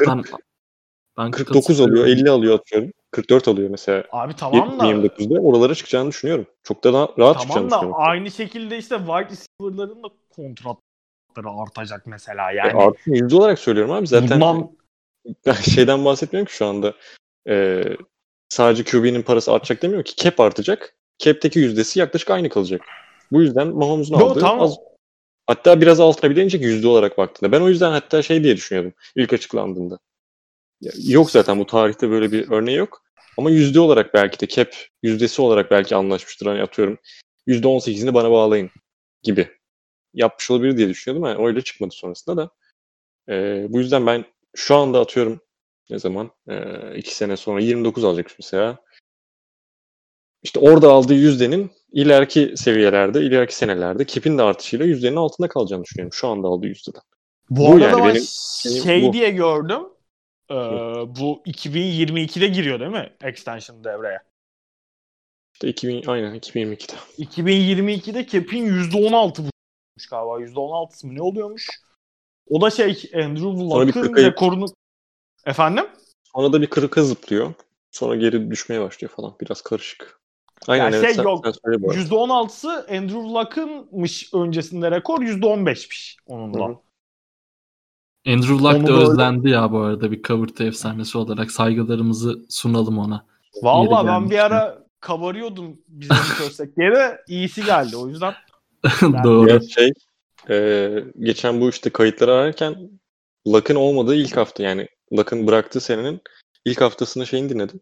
49 alıyor, 50 alıyor atıyorum. 44 alıyor mesela. Abi tamam da 29'da oralara çıkacağını düşünüyorum. Çok da rahat çıkacağını tamam da düşünüyorum. aynı şekilde işte wide receiver'ların da kontratları artacak mesela yani. Artı yüzde olarak söylüyorum abi zaten şeyden bahsetmiyorum ki şu anda. Sadece QB'nin parası artacak demiyorum ki. Cap artacak. Cap'teki yüzdesi yaklaşık aynı kalacak. Bu yüzden Mahomes'un aldığı tamam. az, hatta biraz altına bile inecek yüzde olarak baktığında. Ben o yüzden hatta şey diye düşünüyordum ilk açıklandığında. Yok zaten bu tarihte böyle bir örneği yok. Ama yüzde olarak belki de cap yüzdesi olarak belki anlaşmıştır. Hani atıyorum %18'ini bana bağlayın gibi yapmış olabilir diye düşünüyordum. Yani öyle çıkmadı sonrasında da. Bu yüzden ben şu anda atıyorum ne zaman 2 sene sonra 29 alacak mesela. İşte orada aldığı yüzdenin ileriki seviyelerde, ileriki senelerde cap'in de artışıyla yüzdenin altında kalacağını düşünüyorum. Şu anda aldığı yüzdeden. Bu arada yani ben benim diye gördüm. Bu 2022'de giriyor değil mi? Extension devreye. İşte aynen 2022'de. 2022'de cap'in %16'mış galiba. %16'sı mı ne oluyormuş? O da Andrew Luck'ın rekorunu Efendim? Sonra da bir kırıka zıplıyor. Sonra geri düşmeye başlıyor falan. Biraz karışık. Aynen Ya evet şey yok. sen söyle bu arada. %16'sı Andrew Luck'ınmış öncesinde rekor. %15'miş onun da. Hı-hı. Andrew Luck Onu da böyle- özlendi ya bu arada, bir Covert'ı efsanesi olarak saygılarımızı sunalım ona. Valla Yeri ben bir gelmişken. ara kabarıyordum bizim kösteklere. İyisi geldi o yüzden. Doğru. Ya geçen bu işte kayıtları ararken Luck'ın olmadığı ilk hafta, yani Luck'ın bıraktığı senenin ilk haftasında şeyini dinledim.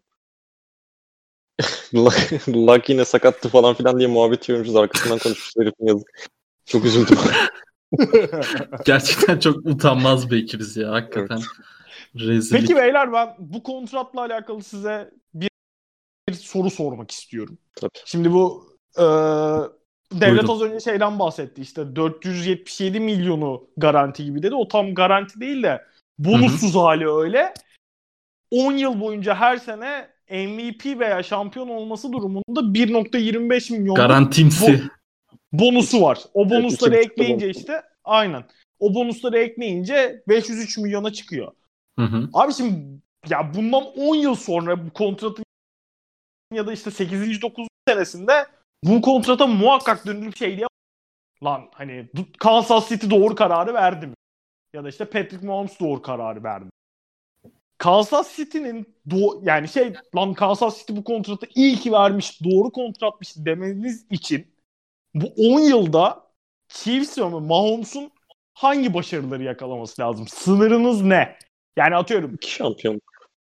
Luck yine sakattı falan filan diye muhabbet ediyormuşuz. Arkasından konuşmuşuz herifin, yazık. Çok üzüldüm. Gerçekten çok utanmaz bir ekibiz ya. Hakikaten rezillik. Peki beyler, ben bu kontratla alakalı size bir soru sormak istiyorum. Tabii. Şimdi bu devlet Buyurun. az önce şeyden bahsetti, işte 477 milyonu garanti gibi dedi. O tam garanti değil de bonussuz hali öyle. 10 yıl boyunca her sene MVP veya şampiyon olması durumunda 1.25 milyon Garantimsi. bonusu var. O bonusları Evet, ekleyince işte aynen. O bonusları ekleyince 503 milyona çıkıyor. Hı. Abi şimdi ya bundan 10 yıl sonra bu kontratın ya da işte 8. 9. senesinde bu kontrata muhakkak dönülüp şey diye lan hani Kansas City doğru kararı verdi mi? Ya da işte Patrick Mahomes doğru kararı verdi. Kansas City'nin yani lan Kansas City bu kontratı iyi ki vermiş, doğru kontratmış demeniz için bu 10 yılda Chiefs ve Mahomes'un hangi başarıları yakalaması lazım? Sınırınız ne? Yani atıyorum 2 şampiyon.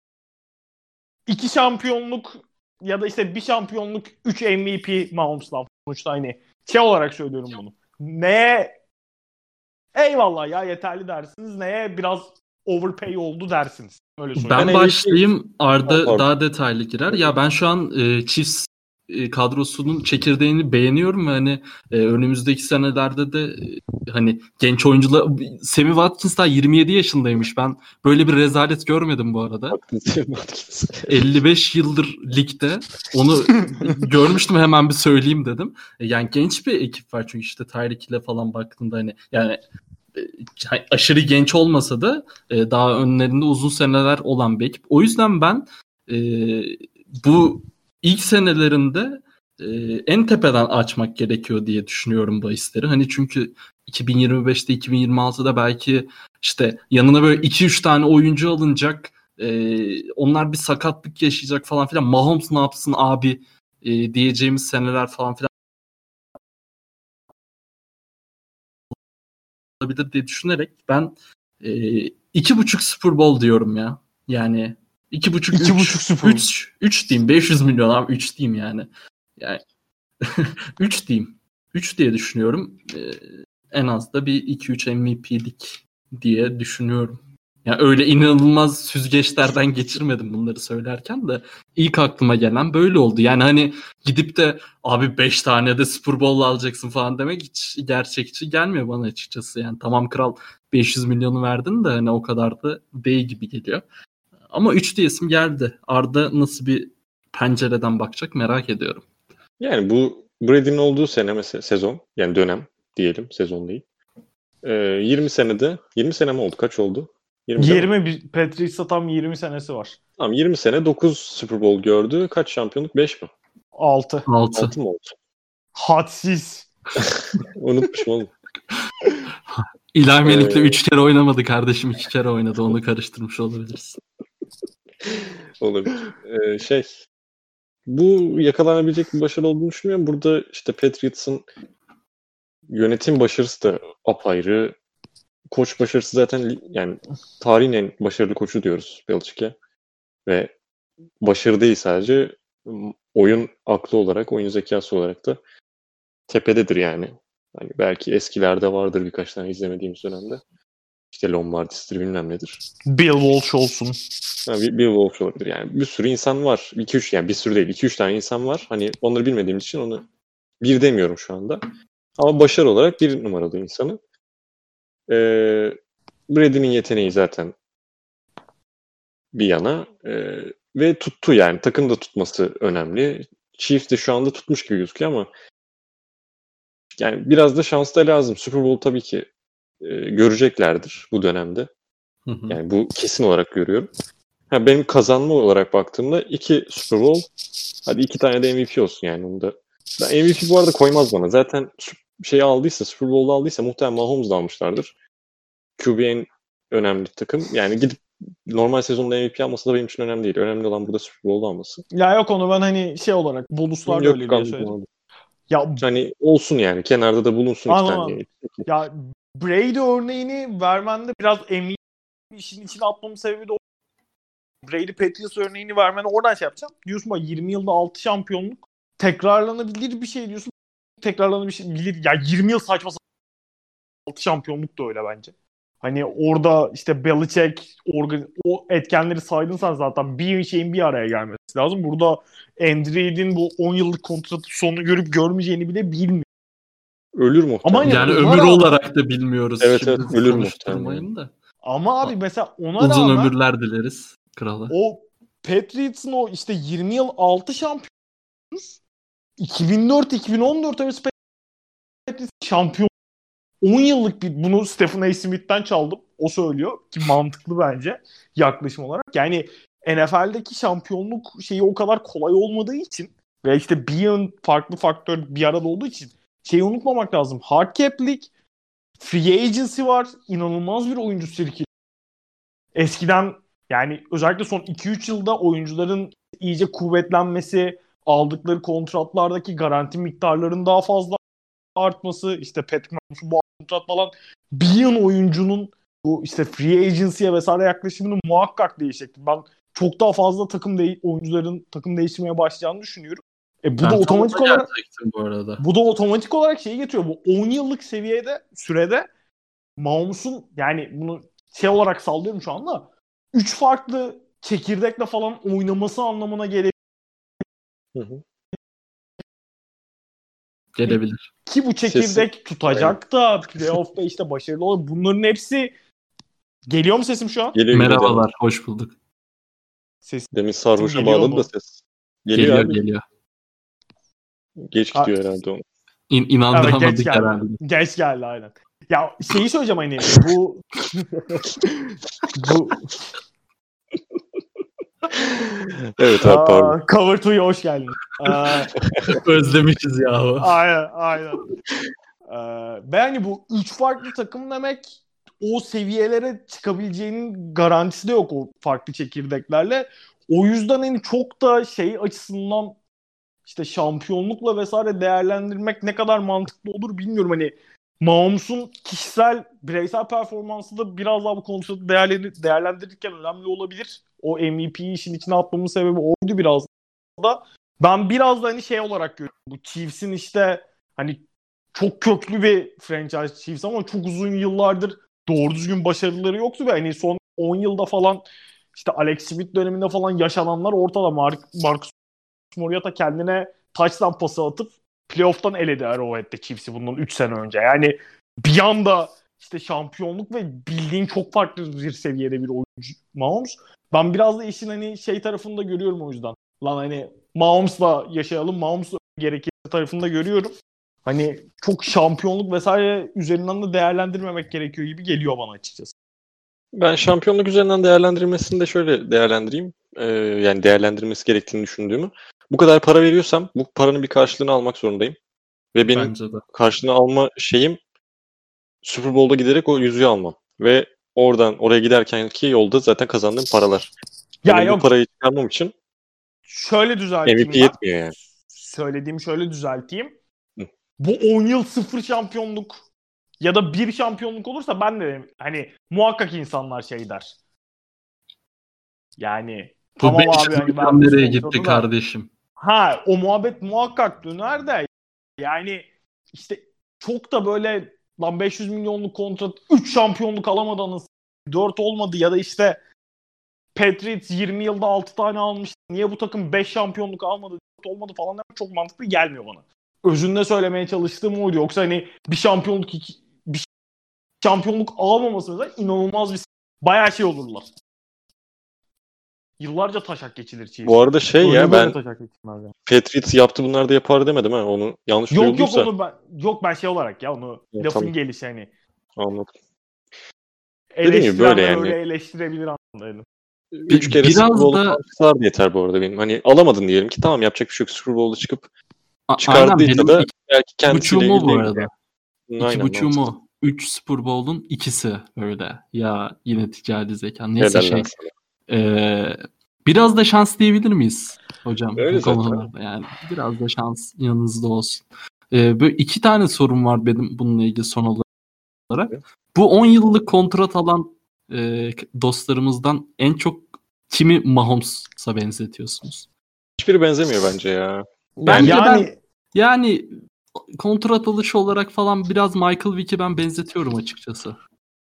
2 şampiyonluk ya da işte 1 şampiyonluk 3 MVP Mahomes'la sonuçta hani şey olarak söylüyorum bunu. Neye eyvallah ya yeterli dersiniz, neye biraz overpay oldu dersiniz. Öyle söyleyeyim. Ben başlayayım, Arda Pardon. daha detaylı girer. Ya ben şu an Chiefs kadrosunun çekirdeğini beğeniyorum ve hani önümüzdeki senelerde de hani genç oyuncular, Sammy Watkins daha 27 yaşındaymış. Ben böyle bir rezalet görmedim bu arada. 55 yıldır ligde. Onu görmüştüm, hemen bir söyleyeyim dedim. Yani genç bir ekip var çünkü işte Tyreek ile falan baktığında hani yani aşırı genç olmasa da daha önlerinde uzun seneler olan bir ekip. O yüzden ben bu ilk senelerinde en tepeden açmak gerekiyor diye düşünüyorum bahisleri. Hani çünkü 2025'te 2026'da belki işte yanına böyle 2-3 tane oyuncu alınacak. Onlar bir sakatlık yaşayacak falan filan. Mahomes ne yapsın abi diyeceğimiz seneler falan filan olabilir diye düşünerek ben 2,5 Super Bowl diyorum ya. Yani 2,5 3 diyeyim. 500 milyon abi, 3 diyeyim yani. Yani 3 diyeyim. 3 diye düşünüyorum. En az da bir 2-3 MVP'lik diye düşünüyorum. Yani öyle inanılmaz süzgeçlerden geçirmedim bunları söylerken de ilk aklıma gelen böyle oldu. Yani hani gidip de abi 5 tane de Super Bowl alacaksın falan demek hiç gerçekçi gelmiyor bana açıkçası. Yani tamam kral 500 milyonu verdin de hani o kadar da değil gibi geliyor. Ama 3 diyesim geldi. Arda nasıl bir pencereden bakacak merak ediyorum. Yani bu Brady'nin olduğu sene mesela sezon, yani dönem diyelim, sezon değil. 20 senede 20 sene mi oldu? Kaç oldu? 20 Patriots'ta tam 20 senesi var. Tamam, 20 sene 9 Super Bowl gördü. Kaç şampiyonluk? 5 mi? 6. 6 mı oldu? Hadsiz. Unutmuşum oğlum. İlay Melik'le 3 kere oynamadı kardeşim, 2 kere oynadı. Onu karıştırmış olabilirsin. Olabilir. Bu yakalanabilecek bir başarı olduğunu düşünmüyorum. Burada işte Patriots'ın yönetim başarısı da apayrı. Koç başarısı zaten yani tarihin en başarılı koçu diyoruz Belichick'e. Ve başarı değil sadece, oyun aklı olarak, oyun zekası olarak da tepededir yani. Hani belki eskilerde vardır birkaç tane izlemediğimiz dönemde. İşte Lombardis'tir bilmem nedir. Bill Walsh olsun. Bill Walsh olabilir yani. Bir sürü insan var. 2-3 yani bir sürü değil. 2-3 tane insan var. Hani onları bilmediğim için onu bir demiyorum şu anda. Ama başarı olarak bir numaralı insanı. Brady'nin yeteneği zaten bir yana. Ve tuttu yani. Takım da tutması önemli. Chiefs de şu anda tutmuş gibi gözüküyor ama yani biraz da şans da lazım. Super Bowl tabii ki göreceklerdir bu dönemde. Yani bu kesin olarak görüyorum. Benim kazanma olarak baktığımda 2 Super Bowl, hadi 2 tane de MVP olsun yani onu da. Ben MVP bu arada koymaz bana. Zaten aldıysa, Super Bowl'u aldıysa muhtemelen Mahomes da almışlardır. QB en önemli takım. Yani gidip normal sezonda MVP alması da benim için önemli değil. Önemli olan burada Super Bowl'u alması. Ya yok, onu ben hani şey olarak bonuslar da öyle diye söyledim. Ya hani olsun yani. Kenarda da bulunsun 2 tane MVP. Ya Brady örneğini vermende biraz MVP işin içine atmamın sebebi de o. Brady Patriots örneğini vermene oradan şey yapacağım. Diyorsun bak 20 yılda 6 şampiyonluk tekrarlanabilir bir şey diyorsun. Tekrarlanabilir. Ya 20 yıl saçma 6 şampiyonluk da öyle bence. Hani orada işte Belichick o etkenleri saydın sen zaten bir şeyin bir araya gelmesi lazım. Burada Andy Reid'in bu 10 yıllık kontratı sonunu görüp görmeyeceğini bile bilmiyor. Ölür muhtemelen. Ama yani ömür olarak da bilmiyoruz. Evet, şimdi evet, ölür muhtemelen. Da. Ama abi mesela ona uzun rağmen uzun ömürler dileriz krala. O Patriots'ın o işte 20 yıl 6 şampiyonuz. 2004-2014 arası Patriots şampiyon. 10 yıllık bunu Stephen A. Smith'ten çaldım. O söylüyor ki mantıklı bence yaklaşım olarak. Yani NFL'deki şampiyonluk şeyi o kadar kolay olmadığı için ve işte bir yıl farklı faktör bir arada olduğu için şeyi unutmamak lazım. Hard cap lig, free agency var. İnanılmaz bir oyuncu sirkülü. Eskiden yani özellikle son 2-3 yılda oyuncuların iyice kuvvetlenmesi, aldıkları kontratlardaki garanti miktarlarının daha fazla artması, işte Patrick Mahomes'un bu kontrat falan bir yıl oyuncunun bu işte free agency'ye vesaire yaklaşımını muhakkak değişecektir. Ben çok daha fazla oyuncuların takım değiştirmeye başlayacağını düşünüyorum. Bu da otomatik olarak bu arada. Bu da otomatik olarak şeyi getiriyor. Bu 10 yıllık sürede Mahomes'un, yani bunu şey olarak sallıyorum şu anda, 3 farklı çekirdekle falan oynaması anlamına gelebilir. Gelebilir. Ki bu çekirdek tutacak da playoff'ta işte başarılı olur. Bunların hepsi geliyor mu sesim şu an? Geliyor. Merhabalar, hoş bulduk. Demin sarhoşa bağladı da ses. Geliyor. Geç gidiyor herhalde onu. İnandıramadık herhalde. Geç geldi aynen. Ya şeyi söyleyeceğim hani bu evet abi pardon. Cover 2'ya hoş geldin. Özlemişiz yahu. Aynen. Ben hani bu 3 farklı takım demek o seviyelere çıkabileceğinin garantisi de yok o farklı çekirdeklerle. O yüzden hani çok da şey açısından işte şampiyonlukla vesaire değerlendirmek ne kadar mantıklı olur bilmiyorum. Hani Mahomes'un kişisel, bireysel performansı da biraz daha bu konuda değerlendirirken önemli olabilir. O MVP'yi işin içine atmamın sebebi oydu biraz da. Ben biraz da hani şey olarak görüyorum. Bu Chiefs'in işte hani çok köklü bir franchise Chiefs ama çok uzun yıllardır doğru düzgün başarıları yoktu ve hani son 10 yılda falan işte Alex Smith döneminde falan yaşananlar ortada. Marcus Mariota kendine touchdown pası atıp playoff'tan eledi Arrowhead'de Chiefs'i bundan 3 sene önce. Yani bir anda işte şampiyonluk ve bildiğin çok farklı bir seviyede bir oyuncu Mahomes. Ben biraz da işin hani şey tarafını da görüyorum o yüzden. Lan hani Mahomes'la yaşayalım, Mahomes'la gerekir tarafını da görüyorum. Hani çok şampiyonluk vesaire üzerinden de değerlendirmemek gerekiyor gibi geliyor bana açıkçası. Ben şampiyonluk üzerinden değerlendirmesini de şöyle değerlendireyim. Yani değerlendirmesi gerektiğini düşündüğümü. Bu kadar para veriyorsam bu paranın bir karşılığını almak zorundayım. Ve benim karşılığını alma şeyim Super Bowl'da giderek o yüzüğü almam. Ve oradan oraya giderkenki yolda zaten kazandığım paralar. Bu parayı çıkarmam için şöyle düzelteyim MVP yetmiyor yani. Söylediğimi şöyle düzelteyim. Bu 10 yıl 0 şampiyonluk ya da 1 şampiyonluk olursa ben de hani muhakkak insanlar şey der. Yani bu tamam abi hani ben nereye gitti kardeşim? O muhabbet muhakkak döner de yani işte çok da böyle lan 500 milyonluk kontrat 3 şampiyonluk alamadınız 4 olmadı ya da işte Patriots 20 yılda 6 tane almış. Niye bu takım 5 şampiyonluk almadı 4 olmadı falan demek çok mantıklı gelmiyor bana. Özünde söylemeye çalıştığım oydu. Yoksa hani bir şampiyonluk almaması mesela inanılmaz bir bayağı şey olurlar. Yıllarca taşak geçilir Chiefs. Bu arada ben Patriots yaptı bunlar da yapar demedim ha. Onu yanlış duyulduysa. Ben şey olarak ya onu lafın gelişi hani. Anladım. Dediğim gibi böyle yani. Öyle eleştirebilir anlamındaydım. 3 kere Biraz Super Bowl'u da- kalmışlar yeter bu arada benim. Hani alamadın diyelim ki tamam yapacak bir şey yok. Super Bowl'da çıkıp Aynen çıkardıysa benim da belki kendisiyle buçuğum o bu ilgili arada. değil. Aynen, 2,5'um mantıklı. o. 3 Super Bowl'un ikisi öyle. Ya yine ticari zeka. Neyse Helal şey. lan sana. Biraz da şans diyebilir miyiz hocam Öyle bu zaten. konularda yani biraz da şans yanınızda olsun. Böyle 2 tane sorum var benim bununla ilgili son olarak. Bu 10 yıllık kontrat alan dostlarımızdan en çok kimi Mahomes'a benzetiyorsunuz? Hiçbiri benzemiyor bence ya. Bence yani kontrat alışı olarak falan biraz Michael Vick'i ben benzetiyorum açıkçası.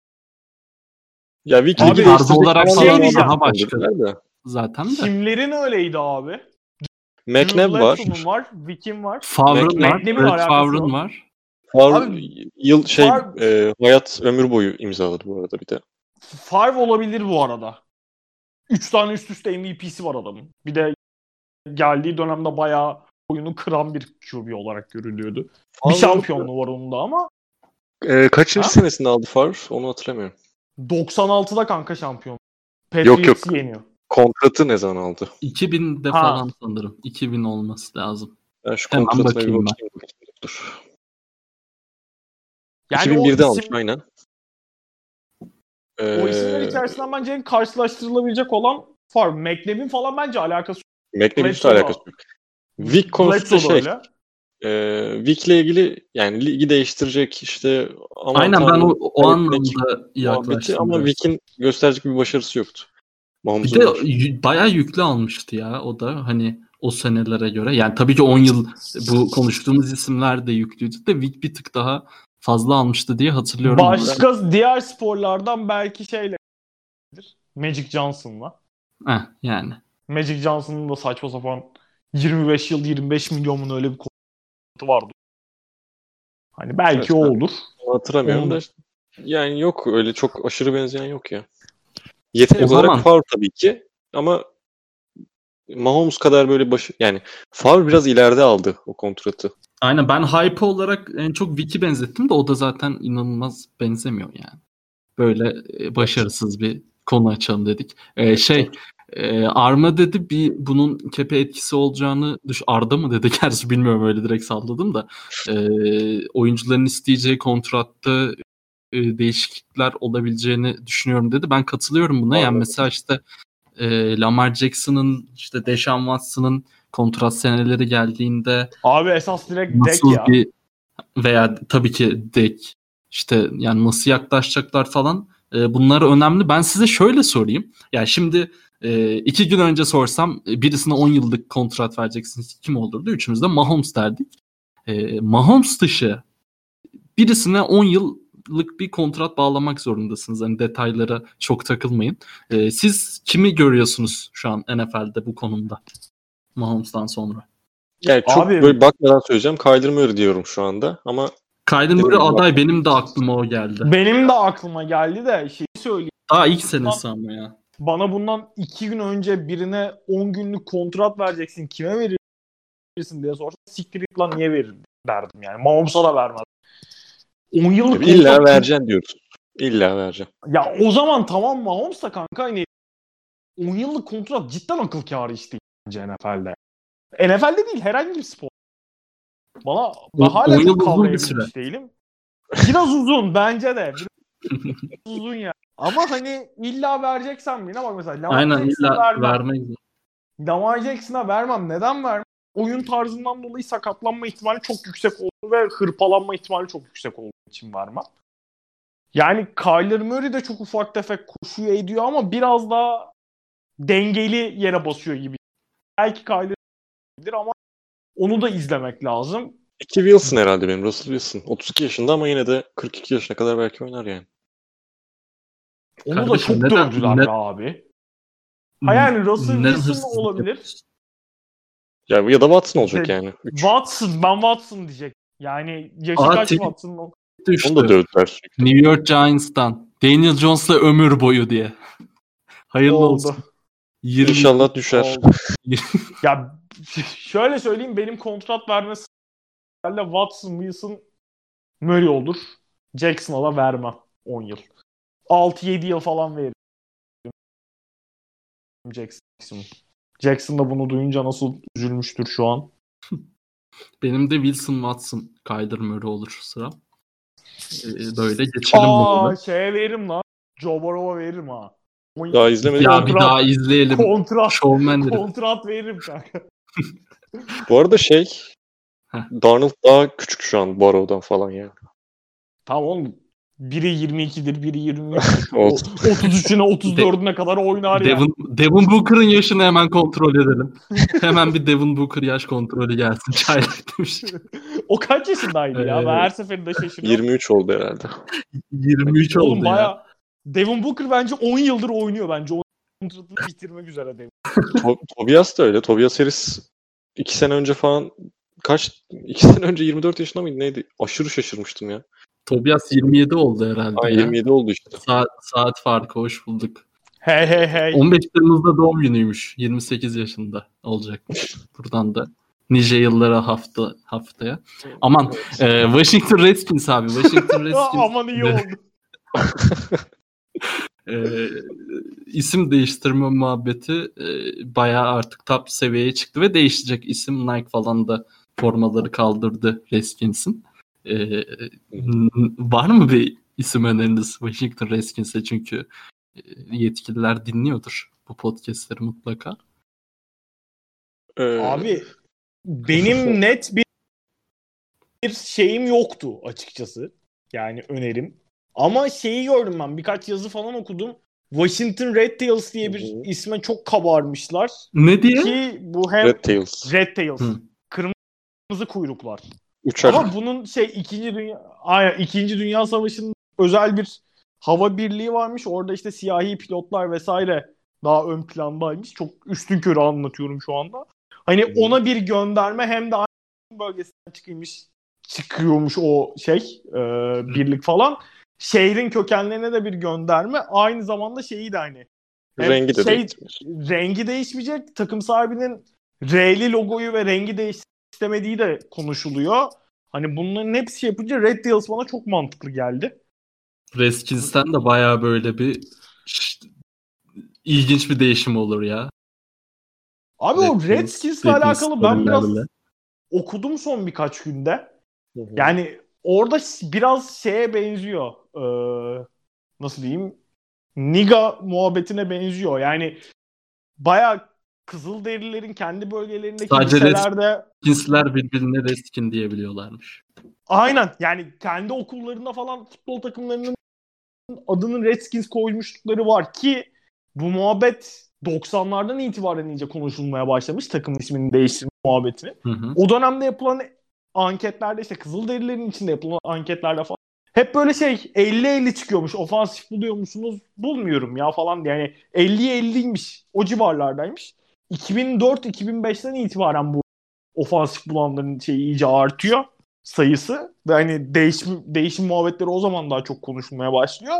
Ya Vick'i Abi, Tarzı olarak şey falan diyeceğim. daha başka Da. zaten de. Kimlerin öyleydi abi? McNabb var. Bledsoe'nun var. Vick'in var. Favre'ın var. McNabb'in Brett alakası Favre'ın yok. var. Abi, Hayat ömür boyu imzaladı bu arada bir de. Favre olabilir bu arada. 3 tane üst üste MVP'si var adamın. Bir de geldiği dönemde bayağı oyunu kıran bir QB olarak görülüyordu. Bir şampiyonluğu var onun da ama Kaçıncı Ha? senesinde aldı Favre? Onu hatırlamıyorum. 96'da kanka şampiyon. Yok. Patriots'ı yeniyor. Kontratı ne zaman aldı? 2000'de Ha. falan sanırım. 2000 olması lazım. Ben şu Hemen kontratına bir bakayım ben. bakayım. Dur. Yani 2001'de o almış isim, aynen. o isimler içerisinden bence en karşılaştırılabilecek olan Favre. McNabb'in falan bence alakası yok. McNabb'in hiç Bledsoe'da- alakası yok. Vic konusunda Bledsoe'da öyle. Vic'le ilgili yani ligi değiştirecek işte aman Aynen ben tanrım, o anlamda muhabbeti yaklaştım. ama biraz. Vic'in gösterecek bir başarısı yoktu. Bir Mahomes'un de var. bayağı yüklü almıştı ya o da hani o senelere göre. Yani tabii ki 10 yıl bu konuştuğumuz isimler de yüklüydü de Vic bir tık daha fazla almıştı diye hatırlıyorum. Başka diğer sporlardan belki şeyle Magic Johnson'la. Yani. Magic Johnson'ın da saçma sapan 25 yıl 25 milyonun öyle bir kontratı vardı. Hani belki Evet, o olur. Onu hatırlamıyorum Onu- da yani yok öyle çok aşırı benzeyen yok ya. Yetenek O olarak zaman- Favre tabii ki ama Mahomes kadar böyle yani Favre biraz ileride aldı o kontratı. Aynen ben hype olarak en çok Vic'i benzettim de o da zaten inanılmaz benzemiyor yani. Böyle başarısız bir konu açalım dedik. Arma dedi bunun kepe etkisi olacağını Arda mı dedi gerçi bilmiyorum öyle direkt salladım da oyuncuların isteyeceği kontratta değişiklikler olabileceğini düşünüyorum dedi. Ben katılıyorum buna. Yani mesela işte Lamar Jackson'ın işte Deshaun Watson'ın kontrat seneleri geldiğinde Abi esas direkt nasıl Dak ya. veya tabii ki Dak işte yani nasıl yaklaşacaklar falan bunlar önemli. Ben size şöyle sorayım. Yani şimdi 2 gün önce sorsam birisine 10 yıllık kontrat vereceksiniz kim olurdu? Üçümüz de Mahomes derdik. Mahomes dışı birisine 10 yıllık bir kontrat bağlamak zorundasınız. Hani detaylara çok takılmayın. Siz kimi görüyorsunuz şu an NFL'de bu konumda? Mahomes'tan sonra. Yani çok Abi- böyle bakmadan söyleyeceğim. Kyler Murray diyorum şu anda ama Kyler Murray aday benim de aklıma o geldi. Benim de aklıma geldi de şeyi söyleyeyim. Daha ilk senesi ama ya. Bana bundan 2 gün önce birine 10 günlük kontrat vereceksin. Kime verirsin diye sorsa siktir git lan niye verir derdim yani. Mahomes'a da vermez. 10 yıllık illa kontrat. vereceksin diyoruz. İlla vereceğim. Ya o zaman tamam Mahomes da kanka hani 10 yıllık kontrat cidden akıl kârı işte bence NFL'de. NFL'de değil herhangi bir spor. Ben hala 10 yıl çok uzun bir süre. kavrayabilmiş değilim. Biraz uzun bence de. Biraz uzun ya. Ama hani illa vereceksen birine bak mesela Lamar Aynen Jackson'a illa vermem. vermek. Lamar Jackson'a vermem. Neden vermem? Oyun tarzından dolayı sakatlanma ihtimali çok yüksek olduğu ve hırpalanma ihtimali çok yüksek olduğu için vermem. Yani Kyler Murray de çok ufak tefek koşuyor ediyor ama biraz daha dengeli yere basıyor gibi. Belki Kyler Murray'dir ama onu da izlemek lazım. Ricky Wilson herhalde benim. Russell Wilson. 32 yaşında ama yine de 42 yaşına kadar belki oynar yani. Onu Kardeşim, da çok neden- dövdüler ne- be abi. Ha yani Russell Neden Wilson hırsızlık olabilir. yapıyorsun? Ya da Watson olacak İşte yani. Üç. Ben Watson diyecek. Yani yaşı Aa, kaç Tim- Watson'ın? Düştü. Onu da dövdüler sürekli. New York Giants'tan. Daniel Jones'la ömür boyu diye. Hayırlı Oldu. olsun. 20 İnşallah düşer. Oldu. Ya şöyle söyleyeyim benim kontrat vermesi Watson, Wilson, Murray olur. Jackson'a da vermem 10 yıl. 6-7 yıl falan veririm Jackson. Jackson da bunu duyunca nasıl üzülmüştür şu an. Benim de Wilson Watson, Kyler Murray olur sıra. Böyle geçelim bunu. Şeye veririm lan. Joe Burrow'a veririm ha. Daha izlemedim. Ya bir daha izleyelim. Kontrat veririm kanka. Bu arada Darnold daha küçük şu an Burrow'dan falan ya. Tamam oğlum. Biri 22'dir, biri 23'tür. 33'üne 34'üne kadar oynar ya. Devin Booker'ın yaşını hemen kontrol edelim. Hemen bir Devin Booker yaş kontrolü gelsin. Çaylak demiş. O kaç yaşındaydı ya? Ben her seferinde şaşırıyorum. 23 oldu herhalde. 23 oğlum, oldu baya... ya. Devin Booker bence 10 yıldır oynuyor bence. O kontratını bitirmek üzere Devin. Tobias da öyle. Tobias Harris 2 sene önce falan 2 sene önce 24 yaşında mıydı neydi? Aşırı şaşırmıştım ya. Tobias 27 oldu herhalde. Ay, 27 oldu işte. Saat farkı, hoş bulduk. Hey. 15 Temmuz'da doğum günüymüş. 28 yaşında olacakmış. Buradan da nice yıllara haftaya. Aman Washington Redskins abi. Washington Redskins. Aman iyi oldu. İsim değiştirme muhabbeti bayağı artık top seviyeye çıktı ve değişecek isim. Nike falan da formaları kaldırdı Redskins'in. Var mı bir isim öneriniz Washington Redskins'e, çünkü yetkililer dinliyordur bu podcastleri mutlaka. Abi benim net bir şeyim yoktu açıkçası. Yani önerim. Ama şeyi gördüm ben. Birkaç yazı falan okudum. Washington Red Tails diye bir isme çok kabarmışlar. Ne diye? Ki bu hem Red Tails. Kırmızı kuyruklar. Uçar. Ama bunun İkinci Dünya Savaşı'nın özel bir hava birliği varmış. Orada işte siyahi pilotlar vesaire daha ön plandaymış. Çok üstünkörü anlatıyorum şu anda. Hani ona bir gönderme, hem de aynı bölgesinden çıkıyormuş o birlik falan. Şehrin kökenlerine de bir gönderme. Aynı zamanda şeyi de hani. Rengi de değişmiş. Rengi değişmeyecek. Takım sahibinin R'li logoyu ve rengi değiştirmek istemediği de konuşuluyor. Hani bunların hepsi yapınca Red Tails bana çok mantıklı geldi. Redskins'ten de bayağı böyle bir ilginç bir değişim olur ya. Abi o Redskins'le alakalı ben biraz okudum son birkaç günde. Yani orada biraz şeye benziyor. Nasıl diyeyim? Niga muhabbetine benziyor. Yani bayağı Kızılderililerin kendi bölgelerindeki liselerde Redskins'ler birbirine Redskin diyebiliyorlarmış. Aynen. Yani kendi okullarında falan futbol takımlarının adının Redskins koymuşlukları var ki bu muhabbet 90'lardan itibaren iyice konuşulmaya başlamış, takım ismini değiştirme muhabbetini. O dönemde yapılan anketlerde, işte Kızılderililerin içinde yapılan anketlerde falan hep böyle 50-50 çıkıyormuş. Ofansif buluyor musunuz? Bulmuyorum ya falan diye. Yani 50'ye 50'ymiş. O civarlardaymış. 2004-2005'ten itibaren bu ofansif bulanların iyice artıyor sayısı. Ve hani değişim muhabbetleri o zaman daha çok konuşulmaya başlıyor.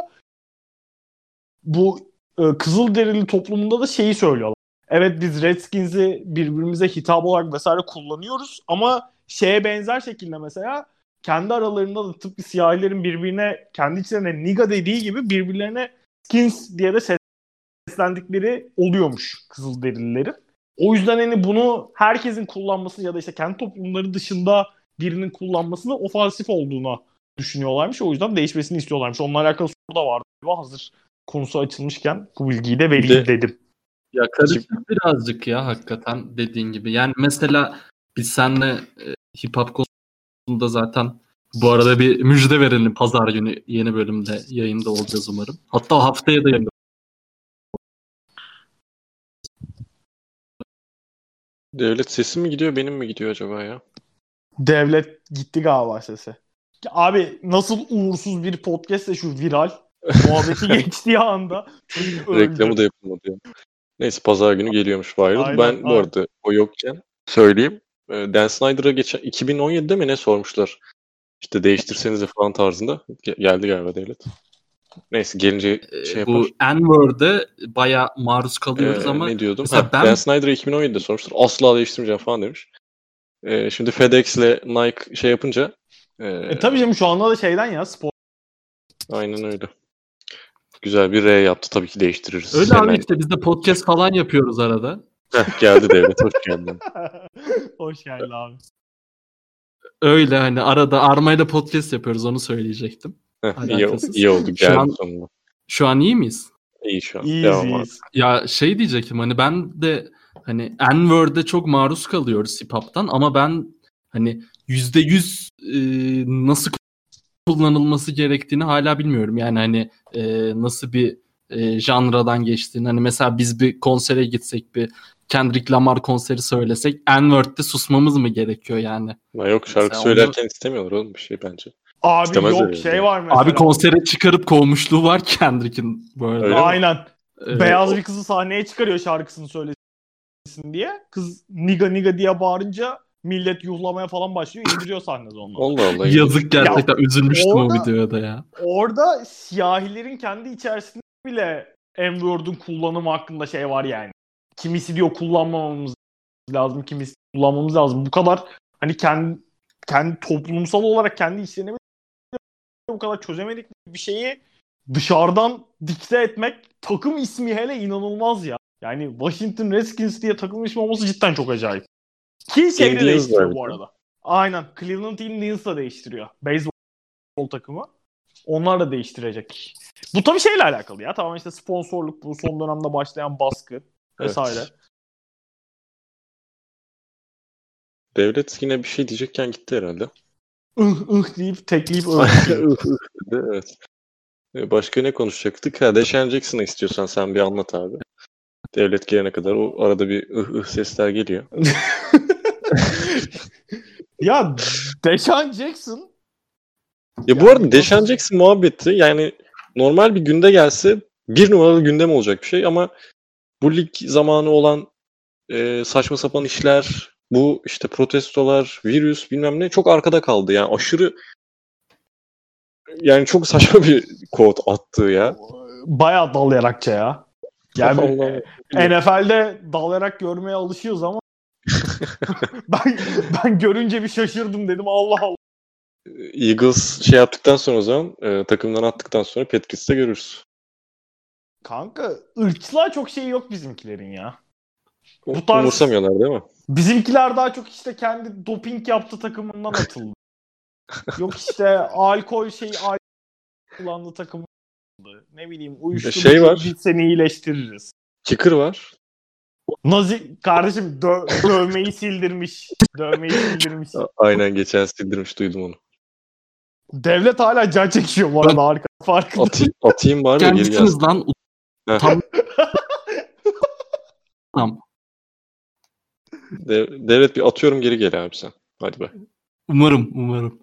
Bu Kızılderili toplumunda da şeyi söylüyorlar. Evet, biz Redskins'i birbirimize hitap olarak vesaire kullanıyoruz ama şeye benzer şekilde mesela kendi aralarında da tıpkı siyahilerin birbirine kendi içlerine Niga dediği gibi birbirlerine Skins diye de seslendikleri oluyormuş Kızılderililerin. O yüzden hani bunu herkesin kullanmasını ya da işte kendi toplumları dışında birinin kullanmasını ofansif olduğuna düşünüyorlarmış. O yüzden değişmesini istiyorlarmış. Onunla alakalı soru da vardı. Hazır konusu açılmışken bu bilgiyi de vereyim dedim. Ya karışık birazcık ya hakikaten dediğin gibi. Yani mesela biz seninle hip hop konusunda zaten bu arada bir müjde verelim. Pazar günü yeni bölümde yayında olacağız umarım. Hatta haftaya da yayında. Devlet sesi mi gidiyor, benim mi gidiyor acaba ya? Devlet gitti galiba sesi. Abi nasıl uğursuz bir podcast'e şu viral muhabbeti geçtiği anda reklamı da yapılmadı ya. Neyse, pazar günü geliyormuş Viral. Ben bu arada o yokken söyleyeyim. Dan Snyder'a geçen 2017'de mi ne sormuşlar? İşte değiştirsenize falan tarzında. Geldi galiba Devlet. Neyse, gelince yapar. Bu N-word'e bayağı maruz kalıyoruz ama ne diyordum? Dan Snyder'a 2017'de sormuşlar. Asla değiştirmeyeceğim falan demiş. Şimdi FedEx'le Nike yapınca tabii canım, şu anda da şeyden ya spor. Aynen öyle. Güzel bir R yaptı. Tabii ki değiştiririz. Öyle Hemen. abi işte biz de podcast falan yapıyoruz arada. Geldi Devlet. Hoş geldin. Hoş geldin abi. Öyle hani arada Arma'yla podcast yapıyoruz, onu söyleyecektim. Alakasız. iyi oldu. Şu Geldi an- sonunda. Şu an iyi miyiz? İyi şu an. İyiyiz Devam abi. iyiyiz. Ya şey diyecektim, hani ben de hani N-word'e çok maruz kalıyoruz hip-hop'tan ama ben hani %100 nasıl kullanılması gerektiğini hala bilmiyorum. Yani hani nasıl bir janradan geçtiğini. Hani mesela biz bir konsere gitsek, bir Kendrick Lamar konseri söylesek N-word'de susmamız mı gerekiyor yani? Yok, şarkı Mesela söylerken istemiyorlar oğlum bir şey bence. Abi İstemezler yok yani. var mesela. Abi konsere çıkarıp kovmuşluğu var Kendrick'in bu arada. Öyle mi? Aynen. Evet. Beyaz bir kızı sahneye çıkarıyor şarkısını söylesin diye. Kız niga diye bağırınca millet yuhlamaya falan başlıyor. İndiriyor sahnede onu. Allah Allah. Yazık, gerçekten üzülmüştüm o orada- videoda ya. Orada siyahilerin kendi içerisinde bile N-word'un kullanımı hakkında şey var yani. Kimisi diyor kullanmamamız lazım, kimisi kullanmamız lazım. Bu kadar hani kendi toplumsal olarak kendi içlerine bu kadar çözemedik bir şeyi dışarıdan dikte etmek, takım ismi hele inanılmaz ya. Yani Washington Redskins diye takım ismi olması cidden çok acayip. Ki şey de Indians değiştiriyor var bu bir de. arada. Aynen. Cleveland Indians da değiştiriyor. Beyzbol takımı. Onlar da değiştirecek. Bu tabii şeyle alakalı ya. Tamam işte sponsorluk, bu son dönemde başlayan baskı vesaire. Evet. Devlet yine bir şey diyecekken gitti herhalde. Deyip tekleyip öldürüyor. Evet. Başka ne konuşacaktık? Deshaun Jackson'ı istiyorsan sen bir anlat abi. Devlet gelene kadar o arada bir sesler geliyor. Ya Deshaun Jackson Ya bu Yani arada Deshaun Jackson muhabbeti yani normal bir günde gelse bir numaralı gündem olacak bir şey ama bu lig zamanı olan saçma sapan işler, bu işte protestolar, virüs bilmem ne çok arkada kaldı. Yani aşırı yani çok saçma bir quote attı ya. bayağı dalayarakça ya. Yani Allah. NFL'de dalayarak görmeye alışıyoruz ama ben görünce bir şaşırdım, dedim Allah Allah. Eagles şey yaptıktan sonra o zaman takımdan attıktan sonra Patriots'ta görürüz. Kanka ırkçılığa çok şey yok bizimkilerin ya. Bu tarz- Umursamıyorlar değil mi? Bizimkiler daha çok işte kendi doping yaptığı takımından atıldı. Yok işte alkol kullandığı takım atıldı. Ne bileyim uyuşturucu Şey var. biz seni iyileştiririz. Kicker var. Nazi kardeşim dövmeyi sildirmiş. Dövmeyi sildirmiş. Aynen geçen sildirmiş duydum onu. Devlet hala can çekiyor bu arada arka farkında. Atayım bari de geri gelsin. Kendisiniz lan. Heh. Tamam. Devlet bir atıyorum geri gel abi sen. Hadi be. Umarım.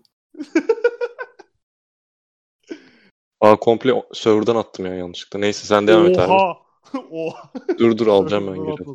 Komple server'dan attım ya yanlışlıkla. Neyse sen devam et abi. Oha. Dur alacağım ben geri.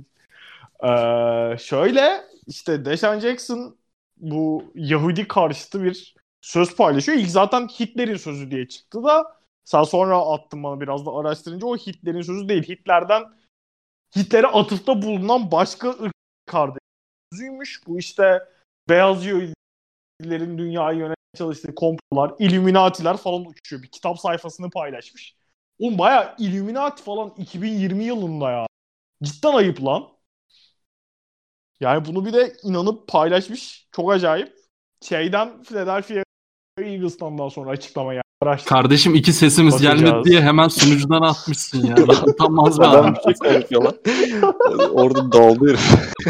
Şöyle işte Deshaun Jackson bu Yahudi karşıtı bir söz paylaşıyor. İlk zaten Hitler'in sözü diye çıktı da sen sonra attın bana biraz da araştırınca o Hitler'in sözü değil. Hitler'e atıfta bulunan başka ırk kardeşi sözüymüş. Bu işte beyaz Yahudilerin dünyayı yönetmeye çalıştığı komplolar, Illuminati'ler falan uçuyor. Bir kitap sayfasını paylaşmış. Oğlum bayağı Illuminati falan 2020 yılında ya. Cidden ayıp lan. Yani bunu bir de inanıp paylaşmış. Çok acayip. Philadelphia Eagles'tan daha sonra açıklama yani. Kardeşim iki sesimiz Bakacağız. gelmedi diye hemen sunucudan atmışsın ya. Utanmaz bir Adam adam. bir şey konuşuyor lan. Orada daldı herif.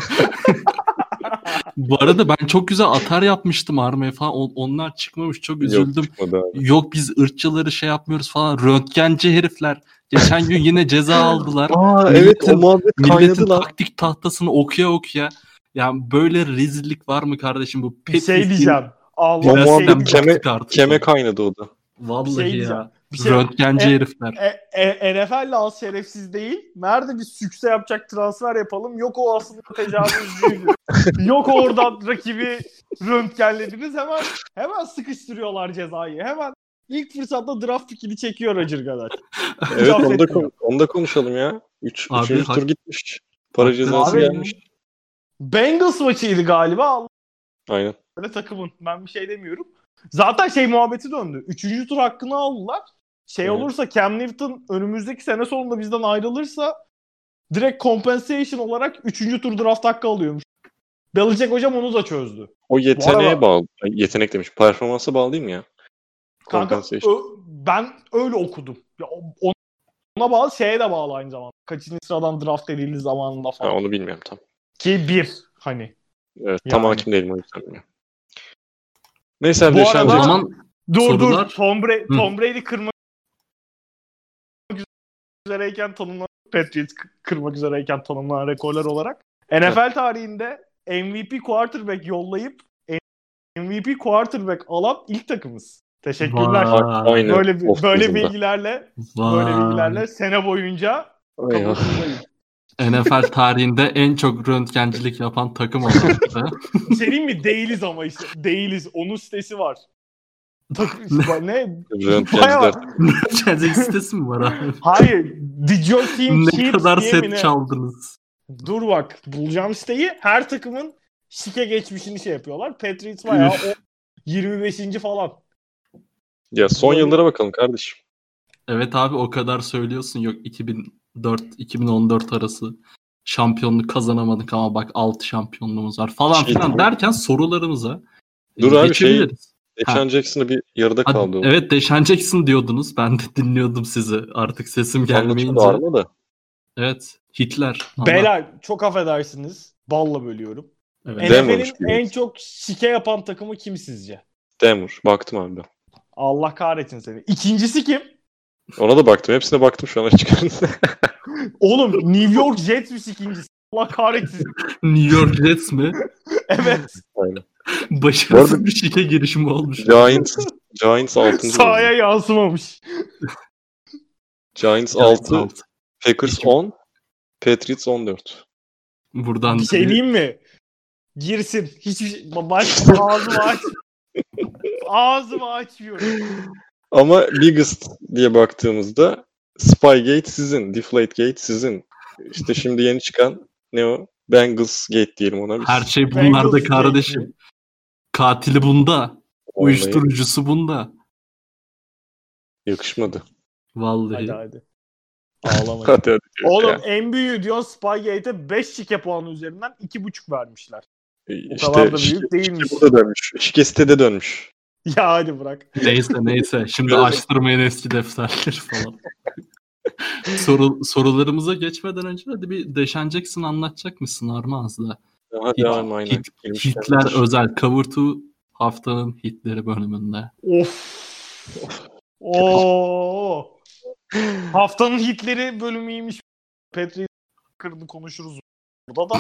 Bu arada ben çok güzel atar yapmıştım Arma'ya falan. Onlar çıkmamış, çok üzüldüm. Yok, çıkmadı abi. Yok biz ırkçıları şey yapmıyoruz falan. Röntgenci herifler. Geçen gün yine ceza aldılar. Evet o muhabbet Milletin kaynadı lan. taktik tahtasını okuya. Yani böyle rezillik var mı kardeşim bu? Bir şey diyeceğim. Allah O bir şey muhabbet diyeceğim. keme kaynadı o da. Vallahi Bir şey diyeceğim. ya. Bir şey- Röntgenci herifler. NFL'le az şerefsiz değil. Nerede bir sükse yapacak transfer yapalım. Yok o aslında tecavüzcüydü. Yok oradan rakibi röntgenlediniz. Hemen sıkıştırıyorlar cezayı. Hemen ilk fırsatta draft pickini çekiyor Rodger'galar. Evet onu da konuşalım ya. Abi, Üçüncü tur gitmiş. Para Abi, cezası gelmiş. Bengals maçıydı galiba. Allah Aynen. böyle takımın. Ben bir şey demiyorum. Zaten muhabbeti döndü. Üçüncü tur hakkını aldılar. şey Evet. olursa, Cam Newton önümüzdeki sene sonunda bizden ayrılırsa direkt compensation olarak 3. tur draft hakkı alıyormuş. Belichick hocam onu da çözdü. O yeteneğe arada- bağlı. Yetenek demiş. Performansa bağlı değil mi ya? Kanka Compensation. ben öyle okudum. Ya, ona bağlı, şeye de bağlı aynı zamanda. Kaçıncı sıradan draft edildiği zamanında Ha, falan. onu bilmiyorum tam. Ki bir hani. Evet, tam Yani. hakim değilim o yüzden bilmiyorum. Neyse abi Bu Deşan arada- O Jackson. zaman Dur sorular. Tom Brady kırmak üzereyken tanımlanan, Patriots kırmak üzereyken tanımlanan rekorlar olarak NFL tarihinde MVP quarterback yollayıp MVP quarterback alan ilk takımız. Teşekkürler. Vay. Aynı Böyle off-season'da. bilgilerle sene boyunca Ay ya. kapısındayım. NFL tarihinde en çok röntgencilik yapan takım olarak. Bir şey diyeyim mi? Değiliz ama işte. Değiliz. Onun sitesi var. Ne? Röntgenciler. Röntgencilik sitesi mi var abi? Hayır. Did your team Ne cheat kadar diye mi set ne? çaldınız. Dur bak. Bulacağım siteyi. Her takımın şike geçmişini şey yapıyorlar. Patriots bayağı o 25. falan. Ya son Böyle- yıllara bakalım kardeşim. Evet abi, o kadar söylüyorsun, yok 2004-2014 arası şampiyonluk kazanamadık ama bak 6 şampiyonluğumuz var falan Şey filan değil mi? derken sorularımıza Dur abi, geçebiliriz. Deşan Jackson'ı bir yarıda Hadi, kaldı. evet, Deshaun Jackson diyordunuz. Ben de dinliyordum sizi. Artık sesim gelmeyince. Anlatıyordu Arda da. Evet. Hitler. Allah. Beyler çok affedersiniz. Balla bölüyorum. Evet. Denver'mış NFL'in gibi. en çok şike yapan takımı kim sizce? Denver. Baktım abi ben. Allah kahretsin seni. İkincisi kim? Ona da baktım. Hepsine baktım şu an açık. Oğlum New York Jets'miş ikincisi. Allah kahretsin. New York Jets mi? Evet. Aynen. Başarısız Bu arada- bir şike girişimi olmuş. Giants 6. Sahaya yansımamış. Giants Giants 6. altı. Packers İki- 10. Patriots 14. Buradan Bir şey diyeyim mi? Girsin. Hiçbir şey... Ağzımı aç. Ağzımı açmıyorum. Ama biggest diye baktığımızda Spygate sizin. Deflategate sizin. İşte şimdi yeni çıkan ne o? Bengals Gate diyelim ona biz. her şey Bengals bunlarda kardeşim. Katili bunda. Uyuşturucusu bunda. Yakışmadı. Vallahi. Hadi. Ağlamayın. Hadi diyor Oğlum ya. en büyüğü diyor Spygate'e 5 şike puanı üzerinden 2,5 vermişler. O İşte kadar da büyük değilmiş. Şike burada dönmüş. Şike sitede dönmüş. Ya hadi bırak. Neyse. Şimdi Biraz- açtırmayın eski defterleri falan. Sorularımıza geçmeden önce hadi bir Deshaun Jackson anlatacak mısın Armağan'da? Hadi abi aynen. Girmişken Hitler bitir. özel Cover 2 haftanın hitleri bölümünde. Of. Oo. Haftanın hitleri bölümüymüş. Patrick kırdı konuşuruz burada da.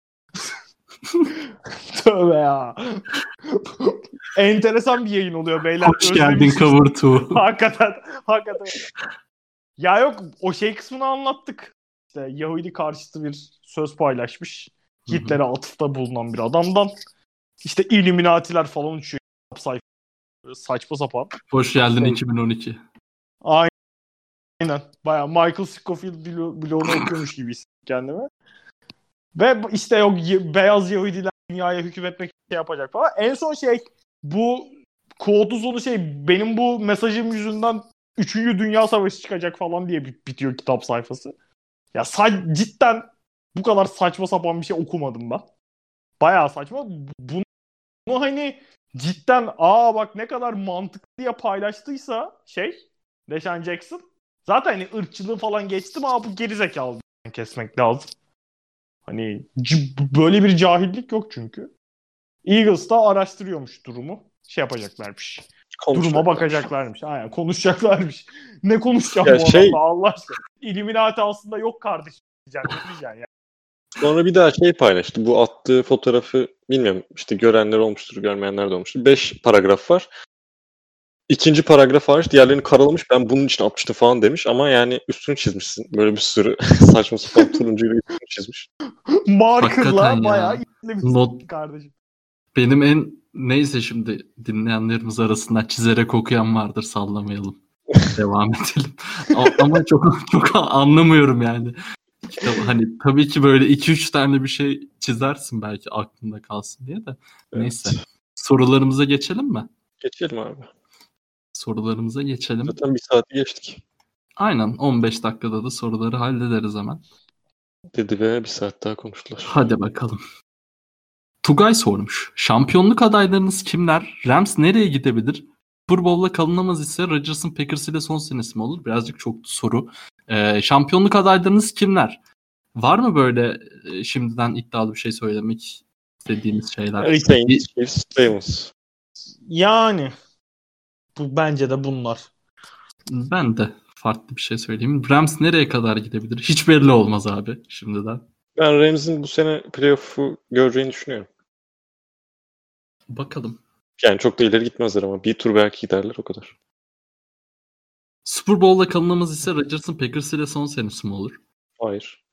Tövbe ya. Enteresan bir yayın oluyor beyler. Hoş geldin Özlemişiz. Cover 2. Hakikaten. Ya yok, o şey kısmını anlattık. İşte Yahudi karşıtı bir söz paylaşmış. Hı hı. Hitler'e atıfta bulunan bir adamdan. İşte Illuminati'ler falan uçuyor. Saçma sapan. Hoş geldin Şey- 2012. Aynen. Bayağı Michael Scofield bloğunu okuyormuş gibi hissettim kendime. Ve işte yok beyaz Yahudiler dünyaya hükmetmek şey yapacak falan. En son bu quote'un sonu benim bu mesajım yüzünden 3. Dünya Savaşı çıkacak falan diye bitiyor kitap sayfası. Ya cidden bu kadar saçma sapan bir şey okumadım ben. Bayağı saçma. Bunu hani cidden bak ne kadar mantıklı diye paylaştıysa Deshaun Jackson, zaten hani ırkçılığı falan geçtim bu gerizekalı kesmek lazım. Hani böyle bir cahillik yok çünkü. Eagles da araştırıyormuş durumu. Yapacaklarmış. Duruma bakacaklarmış. Aynen, konuşacaklarmış. Ne konuşacağım Ya bu adamla Allah aşkına. Illuminati aslında yok kardeşim diyeceksin. Ne diyeceksin ya? Sonra bir daha paylaştı. Bu attığı fotoğrafı bilmiyorum işte görenler olmuştur, görmeyenler de olmuştur. 5 paragraf var. İkinci paragraf hariç diğerlerini karalamış. Ben bunun için atmıştım falan demiş ama yani üstünü çizmişsin. Böyle bir sürü saçma sapan turuncuyla üstünü çizmiş. Hakikaten Marker'la ya. bayağı izlemişsin Not kardeşim. benim neyse, şimdi dinleyenlerimiz arasında çizerek okuyan vardır, sallamayalım. Devam edelim. Ama çok anlamıyorum yani. Kitap, hani tabii ki böyle 2-3 tane bir şey çizersin belki aklında kalsın diye de. Neyse. Sorularımıza geçelim mi? Geçelim abi. sorularımıza geçelim. Zaten bir saati geçtik. Aynen 15 dakikada da soruları hallederiz hemen. Dedi ve bir saat daha konuştular. Hadi bakalım. Tugay sormuş. Şampiyonluk adaylarınız kimler? Rams nereye gidebilir? Super Bowl'la kalınamaz ise Rodgers'ın Packers ile son senesi mi olur? Birazcık çok soru. Şampiyonluk adaylarınız kimler? Var mı böyle şimdiden iddialı bir şey söylemek istediğiniz şeyler? Saints, Chiefs, Ravens. Yani bu bence de bunlar. Ben de farklı bir şey söyleyeyim. Rams nereye kadar gidebilir? Hiç belli olmaz abi şimdiden. Ben Rams'in bu sene playoff'u göreceğini düşünüyorum. Bakalım. Yani çok da ileri gitmezler ama bir tur belki giderler o kadar. Super Bowl'la kalınamaz ise Rodgers'ın Packers ile son senesi mi olur? Hayır.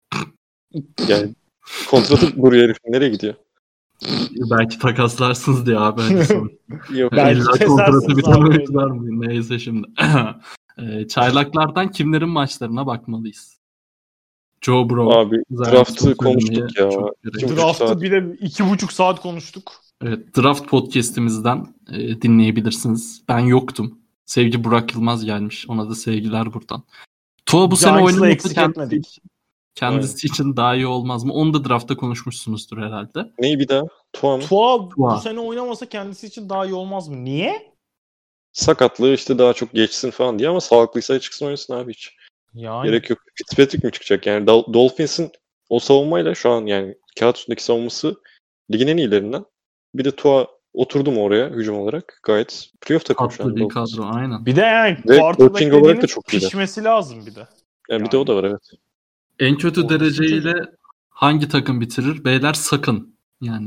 Yani kontratı duruyor herifin. Nereye gidiyor? Belki takaslarsınız diye abi. Hani Yok. Belki İlla kesersiniz kontratı abi. bitirmek var mı? Neyse şimdi. Çaylaklardan kimlerin maçlarına bakmalıyız? Joe Burrow. Abi draft'ı konuştuk ya. Draft'ı bir de 2,5 saat konuştuk. Evet, draft podcast'imizden dinleyebilirsiniz. Ben yoktum. Sevgi Burak Yılmaz gelmiş. Ona da sevgiler buradan. Tua bu sene oynamasa kendisi için daha iyi olmaz mı? Onu da draft'ta konuşmuşsunuzdur herhalde. Neyi bir daha? Tua mı? Tua bu sene oynamasa kendisi için daha iyi olmaz mı? Niye? Sakatlığı işte daha çok geçsin falan diye ama sağlıklıysa çıksın oynasın abi hiç. Yani. Gerek yok. Fitzpatrick mi çıkacak? Yani Dolphins'in o savunmayla şu an yani kağıt üstündeki savunması ligin en iyilerinden. Bir de Tua oturdu mu oraya hücum olarak gayet playoff takımı şu an. Tatlı bir kadro aynen. Bir de yani coaching olarak da çok iyi. Pişmesi lazım bir de. Yani bir de o da var evet. En kötü dereceyle hangi takım bitirir? Beyler sakın yani.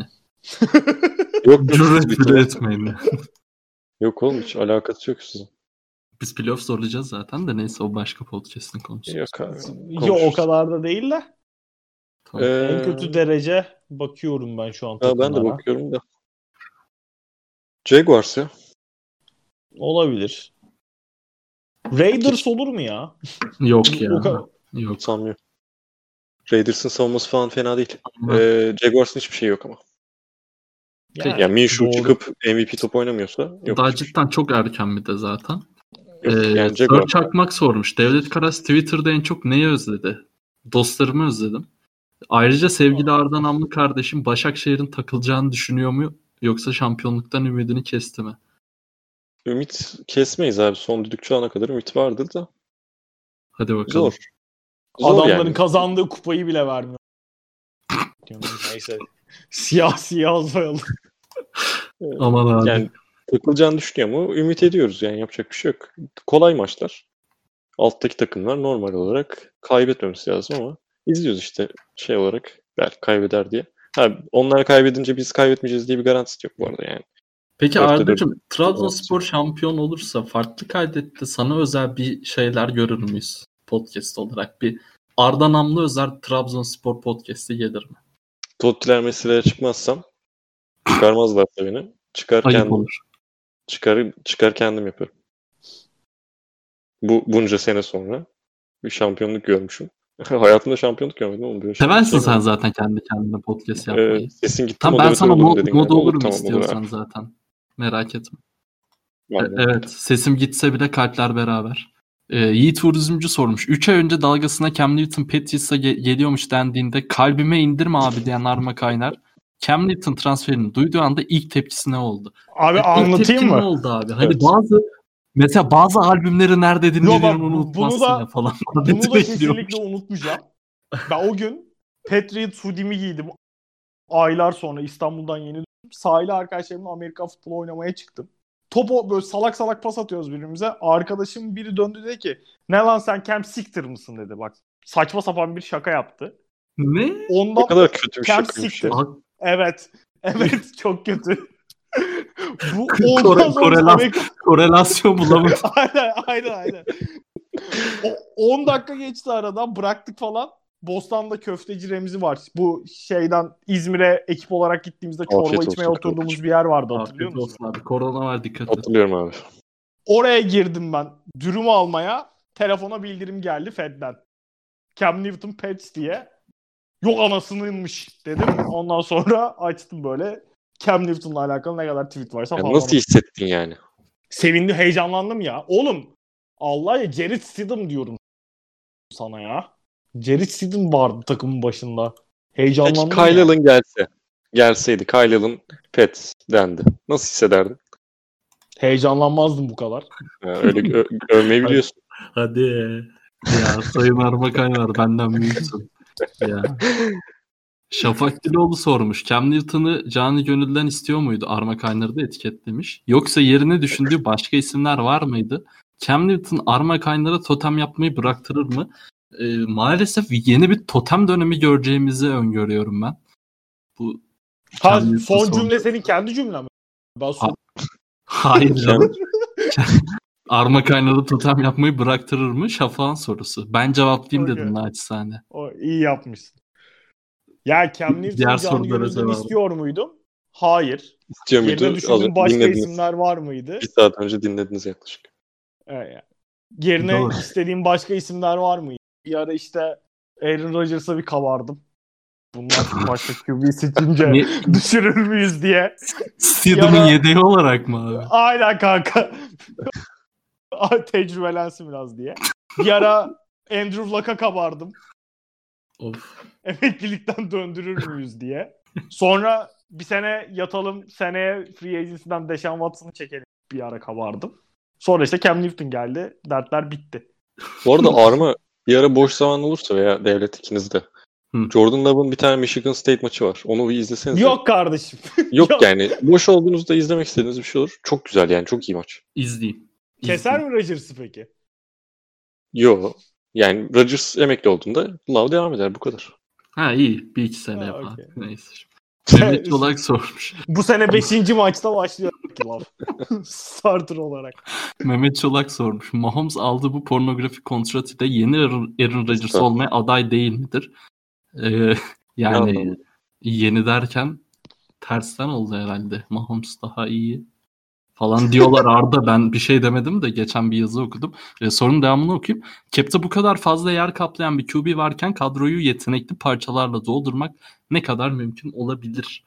Yok Cüret bile etmeyin. Yok oğlum hiç alakası yok sizin. Biz playoff zorlayacağız zaten de neyse o başka podcast'ın konusu. Yok abi. Yok o kadar da değil de. Tamam. En kötü derece bakıyorum ben şu an takımlara. Ben de bakıyorum da. Jaguars ya. Olabilir. Raiders olur mu ya? Yok ya. Yok. Sanmıyorum. Raiders'ın savunması falan fena değil. Jaguars'ın hiçbir şey yok ama. Yani Minshew çıkıp MVP top oynamıyorsa yok. Daha cidden çok erken bir de zaten. Yani Sör Çakmak sormuş. Devlet Karas Twitter'da en çok neyi özledi? Dostlarımı özledim. Ayrıca sevgili Arda Namlı kardeşim Başakşehir'in takılacağını düşünüyor mu? Yoksa şampiyonluktan ümidini kesti mi? Ümit kesmeyiz abi. Son düdükçü ana kadar ümit vardır da. Hadi bakalım. Zor Adamların yani. Kazandığı kupayı bile vermiyor. Neyse. Siyasi yazmayalım. Aman abi. Yani takılacağını düşünüyor mu? Ümit ediyoruz yani yapacak bir şey yok. Kolay maçlar. Alttaki takımlar normal olarak kaybetmemesi lazım ama izliyoruz işte şey olarak belki kaybeder diye. Onlar kaybedince biz kaybetmeyeceğiz diye bir garantisi yok bu arada yani. Peki Arda'cığım Trabzonspor şampiyon olursa farklı kaydetti sana özel bir şeyler görür müyüz podcast olarak? Bir Arda Namlı özel Trabzonspor podcast'i gelir mi? Tottiler meseleye çıkmazsam çıkarmazlarsa beni. Çıkar Ayıp kendim. olur. Çıkar kendim yaparım. Bunca sene sonra bir şampiyonluk görmüşüm. Hayatımda şampiyonluk görmedim oğlum. Böyle seversin sen zaten kendi kendine podcast yapmayı. Sesin gitti. Tamam ben sana mod olurum tamam, istiyorsan olur zaten. Merak etme. Yani. Evet sesim gitse bile kalpler beraber. Yiğit Turizmci sormuş. 3 ay önce dalgasına Cam Newton Patriots'a geliyormuş dendiğinde kalbime indirme abi diyen Arma Kaynar. Cam Newton transferini duyduğu anda ilk tepkisi ne oldu? Abi anlatayım mı? Ne oldu abi? Hani bazı albümleri nerede dinlediğini unutmazsın ya falan. Bunu da kesinlikle unutmayacağım. Ben o gün Patriots hoodie'mi giydim. Aylar sonra İstanbul'dan yeni döndüm. Sahile arkadaşlarımla Amerika futbolu oynamaya çıktım. Topu böyle salak salak pas atıyoruz birbirimize. Arkadaşım biri döndü dedi ki ne lan sen Cam Siktir mısın dedi. Bak saçma sapan bir şaka yaptı. Ne? Ondan ne kadar kötü bir Cam şakaymış ya. Evet çok kötü. Bu korelasyon bulamadım. aynen. 10 dakika geçti aradan bıraktık falan. Bostan'da köfteci Remzi var. Bu şeyden İzmir'e ekip olarak gittiğimizde çorba içmeye oturduğumuz bir yer vardı hatırlıyor musun? Abi. Korona var dikkat et. Hatırlıyorum abi. Oraya girdim ben. Dürüm almaya. Telefona bildirim geldi Fed'den. Cam Newton Pets diye. Yok anasınınmış dedim. Ondan sonra açtım böyle. Cam Newton'la alakalı ne kadar tweet varsa Yani falan. nasıl hissettin yani? Sevindi, heyecanlandım ya. Oğlum Allah ya, Jared Stidham diyorum sana ya. Jared Stidham vardı takımın başında. Peki Heyecanlandım Kyle ya. Allen gelseydi Kyle Allen pet dendi. Nasıl hissederdin? Heyecanlanmazdım bu kadar. Öyle övmeyi biliyorsun. Hadi. Ya Sayın Arma Kaynar benden büyüksün. Ya. Şafak Diloğlu sormuş. Cam Newton'ı canı gönülden istiyor muydu? Arma Kaynar'ı da etiketlemiş. Yoksa yerine düşündüğü başka isimler var mıydı? Cam Newton Arma Kaynar'a totem yapmayı bıraktırır mı? Maalesef yeni bir totem dönemi göreceğimizi öngörüyorum ben. Bu Son cümle senin kendi cümlen mi? Ben Hayır canım. Arma Kaynar'ı totem yapmayı bıraktırır mı? Şafak'ın sorusu. Ben cevaplayayım dedim naçizane. İyi yapmışsın. Ya Cam Newton'u canı gönülden istiyor muydum? Hayır. İstiyor muydu? Yerine düşündüğüm başka isimler var mıydı? Bir saat önce dinlediniz yaklaşık. Evet. Yerine istediğim başka isimler var mıydı? Bir ara işte Aaron Rodgers'a bir kavardım. Bunlar başka QB seçince düşürür müyüz diye. Stidham'ın yedeği olarak mı abi? Aynen kanka. Tecrübelensin biraz diye. Bir ara Andrew Luck'a kabardım. Of. Emeklilikten döndürür müyüz diye. Sonra bir sene yatalım, seneye free agency'den Deshaun Watson'ı çekelim bir ara kabardım. Sonra işte Cam Newton geldi. Dertler bitti. Bu arada Arma bir ara boş zaman olursa veya devlet ikinizde. Jordan Love'ın bir tane Michigan State maçı var. Onu bir izleseniz. Yok kardeşim. Yok yani. Boş olduğunuzda izlemek istediğiniz bir şey olur. Çok güzel yani. Çok iyi maç. İzleyeyim. Keser mi Rodgers'ı peki? Yo. Yani Rodgers emekli olduğunda Love devam eder. Bu kadar. Ha iyi. Bir iki sene yapar. Okay. Neyse. Mehmet Çolak sormuş. Bu sene 5. maçta başlıyor Love. Starter olarak. Mehmet Çolak sormuş. Mahomes aldığı bu pornografi kontratı da yeni Aaron Rodgers olmaya aday değil midir? Yani yeni derken tersten oldu herhalde. Mahomes daha iyi falan diyorlar Arda. Ben bir şey demedim de geçen bir yazı okudum. Sorunun devamını okuyayım. Cap'te bu kadar fazla yer kaplayan bir QB varken kadroyu yetenekli parçalarla doldurmak ne kadar mümkün olabilir?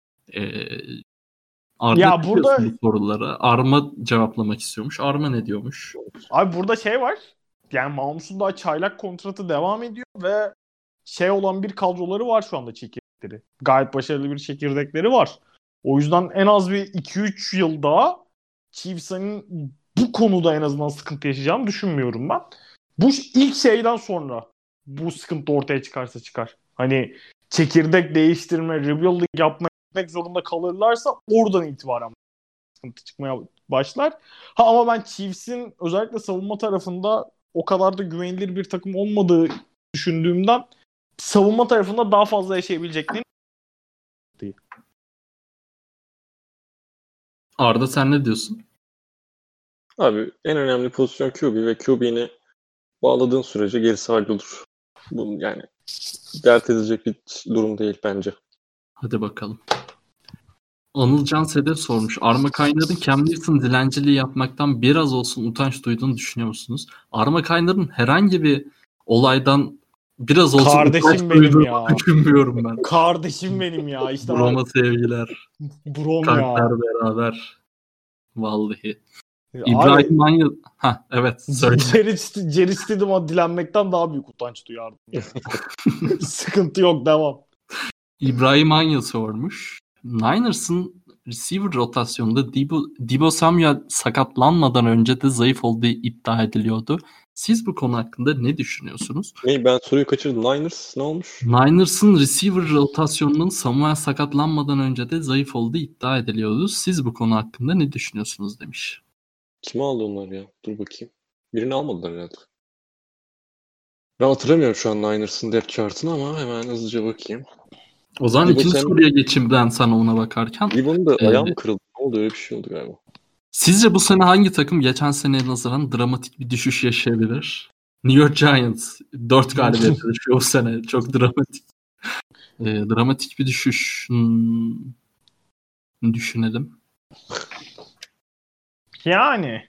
Arda ya burada bu soruları Arma cevaplamak istiyormuş. Arma ne diyormuş? Abi burada şey var. Yani Mahmut'un daha çaylak kontratı devam ediyor ve olan bir kadroları var şu anda çekirdekleri. Gayet başarılı bir çekirdekleri var. O yüzden en az bir 2-3 yıl daha Chiefs'in bu konuda en azından sıkıntı yaşayacağını düşünmüyorum ben. Bu ilk şeyden sonra bu sıkıntı ortaya çıkarsa çıkar. Hani çekirdek değiştirme, rebuilding yapmak zorunda kalırlarsa oradan itibaren sıkıntı çıkmaya başlar. Ama ben Chiefs'in özellikle savunma tarafında o kadar da güvenilir bir takım olmadığı düşündüğümden savunma tarafında daha fazla yaşayabileceklerini. Arda sen ne diyorsun? Abi en önemli pozisyon QB ve QB'ni bağladığın sürece gerisi hallolur. Bu yani dert edecek bir durum değil bence. Hadi bakalım. Anılcan Sedef sormuş. Arma Kaynar'ın Cam Newton dilenciliği yapmaktan biraz olsun utanç duyduğunu düşünüyor musunuz? Arma Kaynar'ın herhangi bir olaydan biraz olsun kardeşim benim ya. Düşünmüyorum ben. Kardeşim benim ya. İşte Broma sevgiler. Brom kalpler ya. beraber. Vallahi. İbrahim Manya... evet. Jerry Stidham'a dilenmekten daha büyük utanç duyardım. Yani. Sıkıntı yok, devam. İbrahim Manya sormuş. Niners'ın receiver rotasyonunda Deebo Samuel sakatlanmadan önce de zayıf olduğu iddia ediliyordu. Siz bu konu hakkında ne düşünüyorsunuz? Ben soruyu kaçırdım. Niners ne olmuş? Niners'ın receiver rotasyonunun Samuel sakatlanmadan önce de zayıf olduğu iddia ediliyordu. Siz bu konu hakkında ne düşünüyorsunuz demiş. Kim aldı onlar ya? Dur bakayım. Birini almadılar herhalde. Ben hatırlamıyorum şu an Niners'ın depth chart'ını ama hemen hızlıca bakayım. O zaman ikinci soruya geçeyim ben sana ona bakarken. Deebo'nun da ayağı mı kırıldı? Ne oldu? Öyle bir şey oldu galiba. Sizce bu sene hangi takım geçen seneye nazaran dramatik bir düşüş yaşayabilir? New York Giants 4 galibiyet düşüyor bu sene. Çok dramatik. Dramatik bir düşüş. Düşünelim. Yani.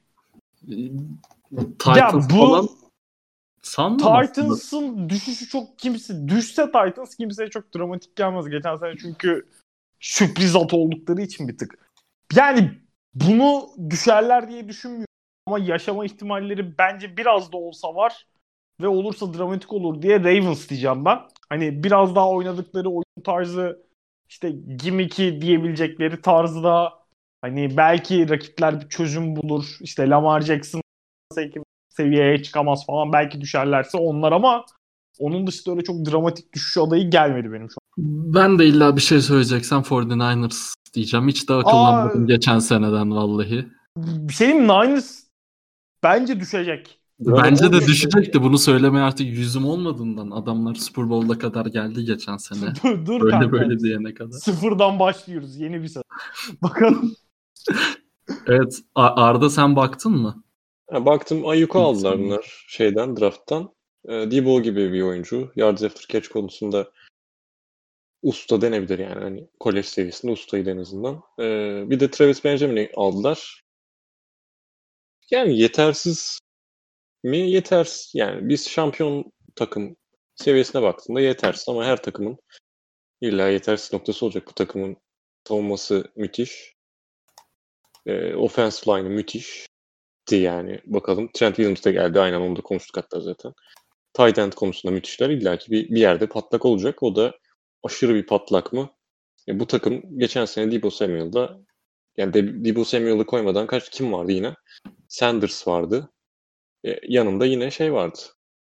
Titans falan. Titans'ın düşüşü çok düşse Titans kimseye çok dramatik gelmez geçen sene çünkü sürpriz at oldukları için bir tık. Yani Bunu düşerler diye düşünmüyorum. Ama yaşama ihtimalleri bence biraz da olsa var. Ve olursa dramatik olur diye Ravens diyeceğim ben. Hani biraz daha oynadıkları oyun tarzı, işte gimmick'i diyebilecekleri tarzda, hani belki rakipler bir çözüm bulur. İşte Lamar Jackson seviyeye çıkamaz falan. Belki düşerlerse onlar, ama onun dışında öyle çok dramatik düşüş adayı gelmedi benim şu an. Ben de illa bir şey söyleyeceksen 49ers diyeceğim. Hiç de akıllanmadım geçen seneden vallahi. Bir şey diyeyim mi? Niners bence düşecek. Bence de düşecekti. Bunu söylemeye artık yüzüm olmadığından, adamlar Super Bowl'a kadar geldi geçen sene. Dur Böyle kanka. böyle diyene kadar. Sıfırdan başlıyoruz. Yeni bir sezon. Bakalım. Evet. Arda sen baktın mı? Baktım Ayuk'u aldılar bunlar draft'tan. Debo gibi bir oyuncu. Yards after catch konusunda usta denebilir yani. Hani kolej seviyesinde ustaydı en azından. Bir de Travis Benjamin'i aldılar. Yani yetersiz mi? Yetersiz. Yani biz şampiyon takım seviyesine baktığında yetersiz, ama her takımın illa yetersiz noktası olacak. Bu takımın savunması müthiş. Offensive line'ı müthişti yani. Bakalım. Trent Williams da geldi. Aynen, onu da konuştuk hatta zaten. Tight end konusunda müthişler. İlla ki bir yerde patlak olacak. O da aşırı bir patlak mı? Bu takım geçen sene Deebo Samuel'da, yani Deebo Samuel'ı koymadan kim vardı yine? Sanders vardı. Yanında yine şey vardı.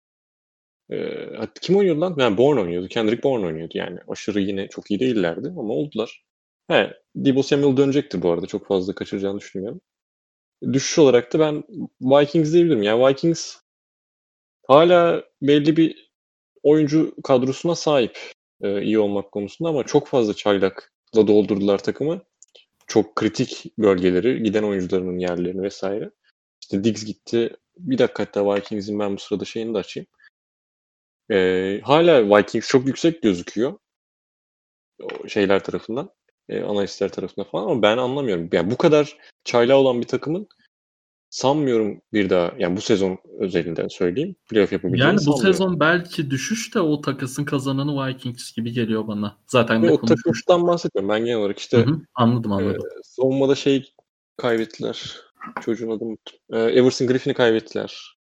Kim oynuyordu lan? Yani Bourne oynuyordu. Kendrick Bourne oynuyordu yani. Aşırı yine çok iyi değillerdi ama oldular. Deebo Samuel dönecektir bu arada. Çok fazla kaçıracağını düşünmüyorum. Düşüş olarak da ben Vikings diyebilirim. Yani Vikings hala belli bir oyuncu kadrosuna sahip iyi olmak konusunda, ama çok fazla çaylakla doldurdular takımı. Çok kritik bölgeleri, giden oyuncularının yerlerini vesaire. İşte Diggs gitti. Bir dakika, hatta Vikings'in ben bu sırada şeyini de açayım. Hala Vikings çok yüksek gözüküyor. O şeyler tarafından. Analistler tarafından falan, ama ben anlamıyorum. Yani bu kadar çaylağı olan bir takımın sanmıyorum bir daha, yani bu sezon özelinde söyleyeyim, playoff yapabileceğini yani bu sanmıyorum. sezon belki düşüş de o takasın kazananı Vikings gibi geliyor bana. Zaten de o konuşmuştuk. takasından bahsetmiyorum. Ben genel olarak işte Anladım. Savunmada kaybettiler. Çocuğun adını unuttum. Everson Griffin'i kaybettiler.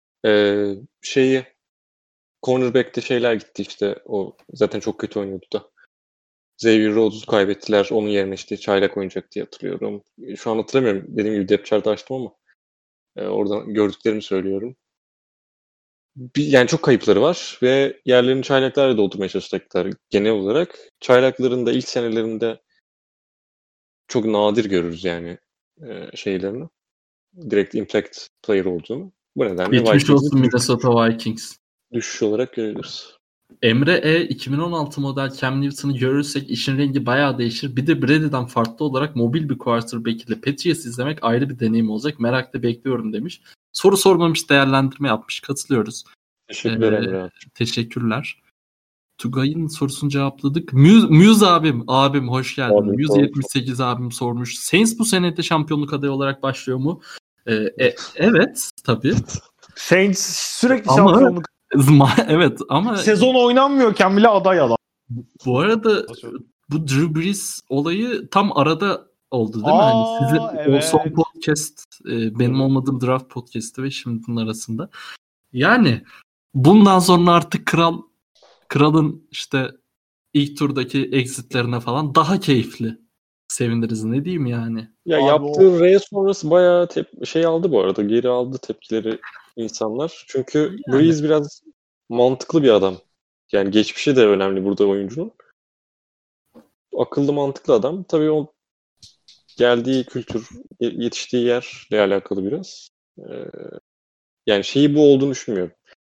Cornerback'te şeyler gitti işte. O zaten çok kötü oynuyordu da. Xavier Rhodes'u kaybettiler. Onun yerine işte çaylak oynayacak diye hatırlıyorum. Şu an hatırlamıyorum. Dediğim gibi depth chart'ı açtım ama oradan gördüklerimi söylüyorum. Yani çok kayıpları var ve yerlerini çaylaklarla doldurmaya çalışacaklar genel olarak. Çaylakların da ilk senelerinde çok nadir görürüz yani şeylerini. Direkt impact player olduğunu. Bu nedenle Geçmiş olsun Minnesota Vikings. Düşüş olarak görebiliriz. Emre 2016 model Cam Newton'u görürsek işin rengi bayağı değişir. Bir de Brady'den farklı olarak mobil bir quarterback ile Patriots izlemek ayrı bir deneyim olacak. Merakla bekliyorum demiş. Soru sormamış, değerlendirme yapmış. Katılıyoruz. Teşekkürler Emre. Teşekkürler. Tugay'ın sorusunu cevapladık. Muse abim hoş geldin. Muse 78 abim sormuş. Saints bu sene de şampiyonluk adayı olarak başlıyor mu? Evet tabii. Saints sürekli şampiyonluk. Evet ama sezon oynanmıyorken bile aday adam. Bu arada bu Drew Brees olayı tam arada oldu değil mi? Hani sizin evet. o son podcast benim olmadığım draft podcast'ı ve şimdi bunun arasında. Yani bundan sonra artık kralın işte ilk turdaki exitlerine falan daha keyifli seviniriz, ne diyeyim yani. Ya yaptığı R'ye sonrası bayağı aldı bu arada. Geri aldı tepkileri insanlar. Çünkü Brees biraz mantıklı bir adam. Yani geçmişi de önemli burada oyuncunun. Akıllı, mantıklı adam. Tabii o geldiği kültür, yetiştiği yerle alakalı biraz. Yani bu olduğunu düşünmüyorum.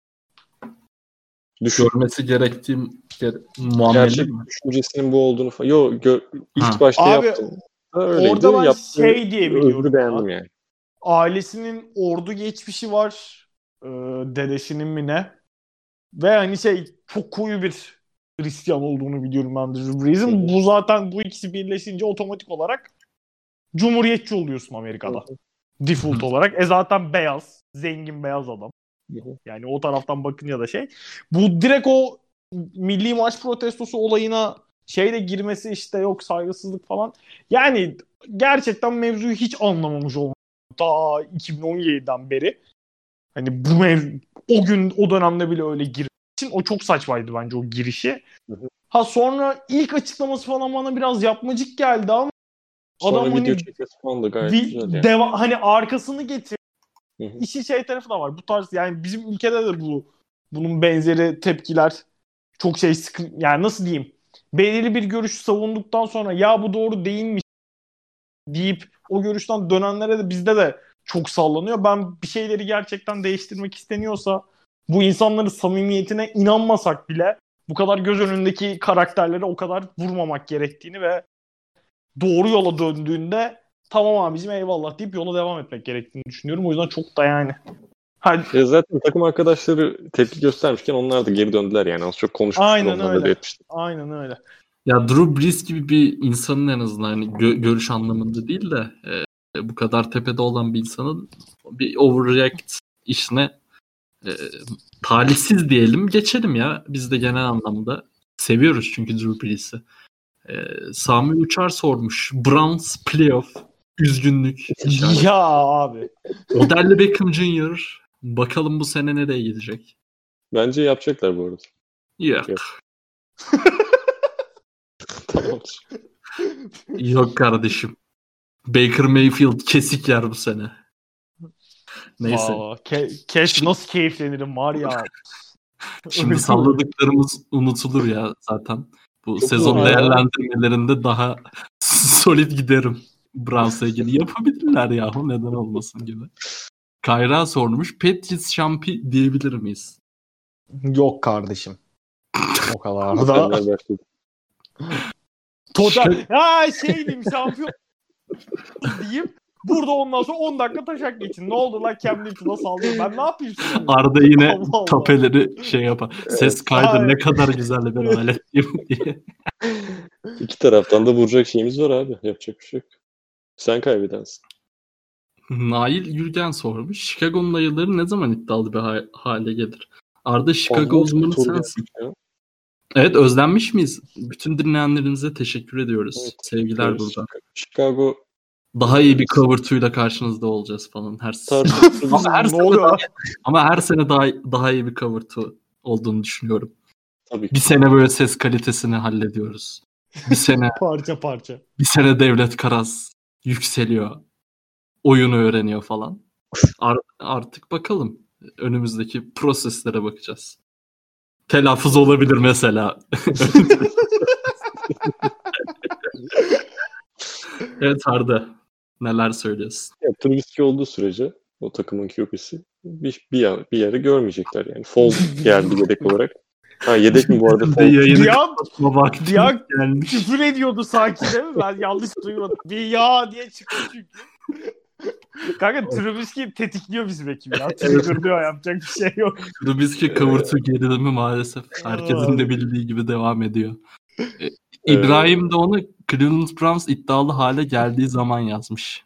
Görmesi gerektiğim muamele gerçek mi? Düşüncesinin bu olduğunu falan. İlk başta abi, yaptım. Öyleydi. Orada ben diye biliyorum. Beğendim yani. Ailesinin ordu geçmişi var. Dedesinin mi ne? Ve hani çok koyu bir Hristiyan olduğunu biliyorum ben de Drew Brees'in. Bu zaten bu ikisi birleşince otomatik olarak cumhuriyetçi oluyorsun Amerika'da. Default olarak. Zaten beyaz. Zengin beyaz adam. Yani o taraftan bakınca da bu direkt o milli maç protestosu olayına şeyle girmesi işte yok saygısızlık falan. Yani gerçekten mevzuyu hiç anlamamış olmak. Daha 2017'den beri. Hani bu o gün o dönemde bile öyle girmek için o çok saçmaydı bence o girişi. Ha sonra ilk açıklaması falan bana biraz yapmacık geldi ama sonra adam video hani çekmesi falan da gayet güzel yani. hani arkasını getir. İşin şey tarafı da var. Bu tarz yani bizim ülkede de bunun benzeri tepkiler çok şey yani nasıl diyeyim? Belirli bir görüşü savunduktan sonra ya bu doğru değilmiş deyip o görüşten dönenlere de bizde de çok sallanıyor. Ben bir şeyleri gerçekten değiştirmek isteniyorsa bu insanların samimiyetine inanmasak bile bu kadar göz önündeki karakterlere o kadar vurmamak gerektiğini ve doğru yola döndüğünde tamam abicim eyvallah deyip yola devam etmek gerektiğini düşünüyorum. O yüzden çok da yani. Zaten takım arkadaşları tepki göstermişken onlar da geri döndüler yani. Az çok konuşmuşlar. Aynen öyle. Etmişti. Aynen öyle. Ya Drew Brees gibi bir insanın en azından hani görüş anlamında değil de bu kadar tepede olan bir insanın bir overreact işine talihsiz diyelim geçelim ya. Biz de genel anlamda seviyoruz çünkü Drew Brees'i. Sami Uçar sormuş. Browns playoff. Üzgünlük. Ya abi. Odell Beckham Jr. Bakalım bu sene nereye gidecek? Bence yapacaklar bu arada. Yok. Tamamdır. Yok kardeşim. Baker Mayfield kesik yer bu sene. Neyse. Nasıl keyiflenirim var ya. Şimdi salladıklarımız unutulur ya zaten. Bu Çok sezon zor ya. değerlendirmelerinde daha solid giderim. Browns'a ilgili yapabilirler yahu neden olmasın gibi. Kayra sormuş. Patriots şampi diyebilir miyiz? Yok kardeşim. O kadar da. Mükemmel başladı. Total. Diyeyim şampiyon diyeyim. Burada ondan sonra 10 dakika taşak geçin. Ne oldu lan Cam Newton'a saldırıyor. Ben ne yapayım şimdi? Arda yine Allah Allah. tapeleri şey yapar. Ses kaydı ne kadar güzel bir alet diye. İki taraftan da vuracak şeyimiz var abi. Yapacak bir şey yok. Sen kaybedensin. Nail Yürgen sormuş. Chicago'nun ayıları ne zaman iddialı bir hale gelir? Arda Chicago uzmanı sensin. Evet özlenmiş miyiz? Bütün dinleyenlerimize teşekkür ediyoruz. Evet, sevgiler burada. Chicago daha iyi bir cover 2'yla karşınızda olacağız falan her sene. Ama her sene daha iyi bir cover 2 olduğunu düşünüyorum. Tabii ki. Bir sene böyle ses kalitesini hallediyoruz. Bir sene parça. Bir sene Devlet Karas yükseliyor. Oyunu öğreniyor falan. Artık bakalım. Önümüzdeki proseslere bakacağız. Telaffuz olabilir mesela. Evet Arda. Neler söylüyorsun? Ya, Trubisky olduğu sürece o takımın QB'si bir yere görmeyecekler yani. Fall geldi yedek olarak. Yedek mi bu arada? Bir an küfür ediyordu sanki değil mi? Ben yanlış duymadım. Bir ya diye çıktı çünkü. Kanka Trubisky tetikliyor bizim ekibi ya. Triggerlıyor yapacak bir şey yok. Trubisky kıvırtı gerilimi maalesef herkesin de bildiği gibi devam ediyor. İbrahim de onu Cleveland Browns iddialı hale geldiği zaman yazmış.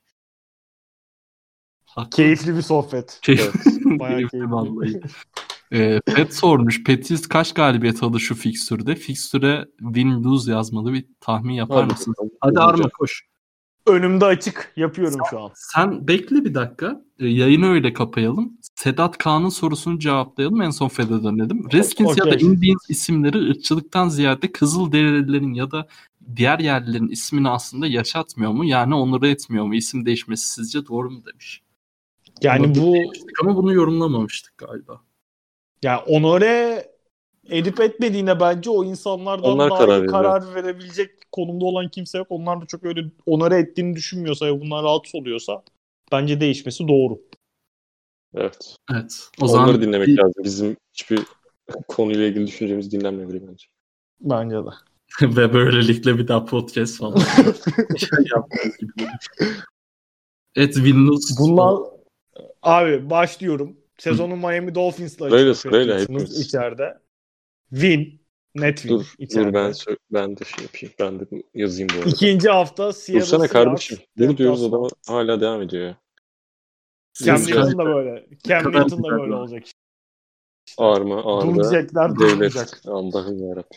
Keyifli bir sohbet. Keyifli vallahi. Pet sormuş. Patriots kaç galibiyet aldı şu fikstürde? Fikstüre win lose yazmalı bir tahmin yapar mısın? Hadi Arma koş. Önümde açık. Yapıyorum şu an. Sen bekle bir dakika. Yayını öyle kapayalım. Sedat Kaan'ın sorusunu cevaplayalım. En son Fed'e dönelim. Redskins ya da Indians isimleri ırkçılıktan ziyade Kızılderililerin ya da diğer yerlilerin ismini aslında yaşatmıyor mu? Yani onuru etmiyor mu? İsim değişmesi sizce doğru mu demiş. Yani ama bunu yorumlamamıştık galiba. Yani onore edip etmediğine bence o insanlardan onlar daha iyi karar verebilecek konumda olan kimse yok. Onlar da çok öyle onore ettiğini düşünmüyorsa ve bundan rahatsız oluyorsa bence değişmesi doğru. Evet. O onları zaman dinlemek lazım. Bizim hiçbir konuyla ilgili düşüncemizi dinlenmemeli bence. Bence de. Ve böylelikle bir daha podcast falan yapmamız gibi. Evet, Windows. Bundan abi başlıyorum. Sezonun Miami Dolphins'la açıklayacaksınız içeride. Net win içeride. Dur ben de şey yapayım. Ben de yazayım bu arada. İkinci hafta Seattle Dursana kardeşim. Bunu diyoruz adama hala devam ediyor ya. Cam Newton da böyle. Cam Newton da böyle olacak. Arda. Duracaklar. Devlet. Allah'ım yarabbim.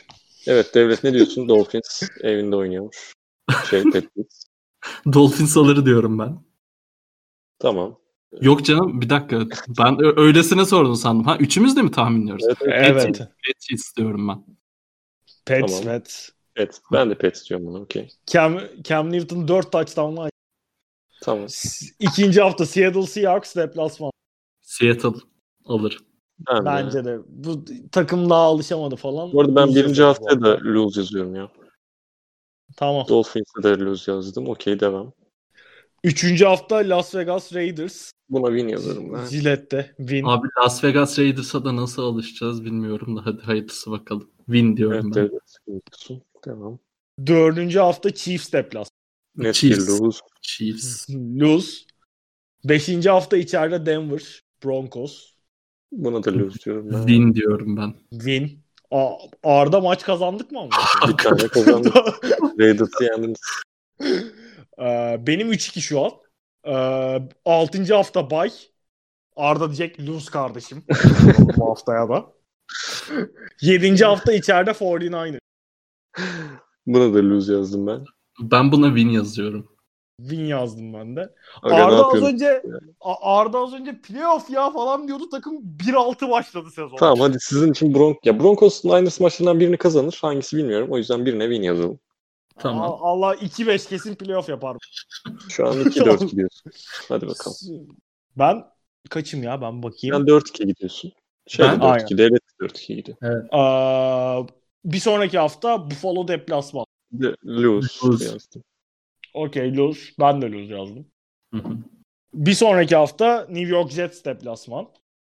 Evet Devlet ne diyorsun? Dolphins evinde oynuyormuş. Patriots. Dolphins alır diyorum ben. Tamam. Yok canım bir dakika. Ben öylesine sordun sandım. Ha üçümüz de mi tahminliyoruz? Evet. Patriots diyorum ben. Pets, Tamam. Pets. Evet. Ben de Pets diyorum buna. Okey. Cam Newton 4 touchdown'la. Tamam. İkinci hafta Seattle Seahawks deplasman. Seattle alır. Bence de. Bu takım daha alışamadı falan. Bu arada ben Lose birinci yazarız haftaya bu da arada. lose yazıyorum ya. Tamam. Dolphins'e de lose yazdım. Okey devam. Üçüncü hafta Las Vegas Raiders. Buna win yazarım ben. Gillette'de win. Abi Las Vegas Raiders'a da nasıl alışacağız bilmiyorum da hadi hayırlısı bakalım. Win diyorum ben. Evet. Devam. Dördüncü hafta Chiefs deplasman. Net Chiefs. bir lose. Chiefs. Lose. Beşinci hafta içeride Denver Broncos. Buna da lose diyorum ben. Win diyorum ben. Win. Arda maç kazandık mı ama? Bir tane kazandık. Raiders'ı yendiniz. Benim 3-2 şu an. 6. hafta bay. Arda diyecek lose kardeşim. Bu haftaya da. 7. hafta içeride 49ers. Buna da lose yazdım ben. Ben buna win yazıyorum. Win yazdım ben de. Aga, ne Arda az önce playoff ya falan diyordu. Takım 1-6 başladı sezon. Tamam hadi sizin için Broncos Niners maçlarından birini kazanır. Hangisi bilmiyorum. O yüzden birine win yazalım. Tamam. Allah 2-5 kesin playoff yapar. Şu an 2-4 gidiyorsun. Hadi bakalım. Ben kaçım ya ben bakayım. Sen 4-2 gidiyorsun. Ben- 4-2. Devlet 4-2 gidiyor. Bir sonraki hafta Buffalo deplasman. Lose Lose. yazdım. Okey lose. Ben de lose yazdım. Hı hı. Bir sonraki hafta New York Jets deplasman.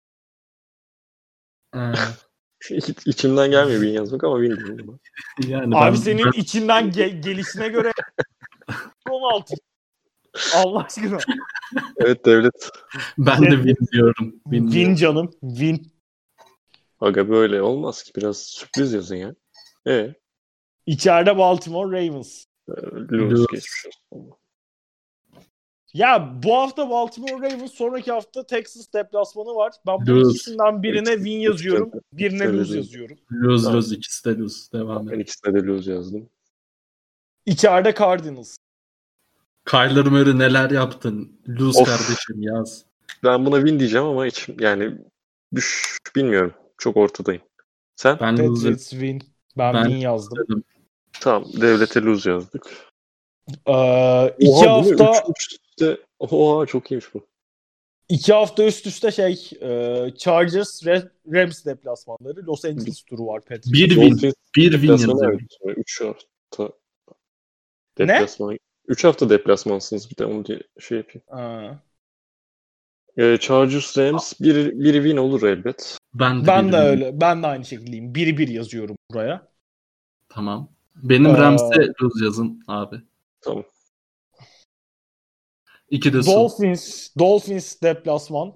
İçimden gelmiyor win yazmak ama win diyorum. Yani Abi senin içinden gelişine göre 16. Allah aşkına. Evet Devlet. ben de win diyorum. Win canım. Win. Aga böyle olmaz ki. Biraz sürpriz yazın ya. İçeride Baltimore Ravens. Lose Lose. geçmiş olsun. Ya bu hafta Baltimore Ravens, sonraki hafta Texas deplasmanı var. Ben bu Lose. ikisinden birine win yazıyorum. Birine lose yazıyorum. Lose ikisi de lose. Devam Ben et. ikisine de lose yazdım. İçeride Cardinals. Kyler Murray neler yaptın? Lose Of. kardeşim yaz. Ben buna win diyeceğim ama yani bilmiyorum. Çok ortadayım. Sen? Ben lose Patriots win. Ben win yazdım. dedim. Tamam. Devlete lose yazdık. 2 Oha, hafta Oha çok iyiymiş bu. 2 hafta üst üste Chargers Rams deplasmanları. Los Angeles turu var Patriots. Bir win. Bir win yazıyorum. 3 hafta deplasman. 3 hafta deplasmansınız bir de onu diye yapayım. Chargers Rams bir win olur elbet. Ben Ben bir de win. öyle. Ben de aynı şekildeyim. 1-1 yazıyorum buraya. Tamam. Benim Rams'e lose yazın abi. Tamam. 2 de su. Dolphins deplasman.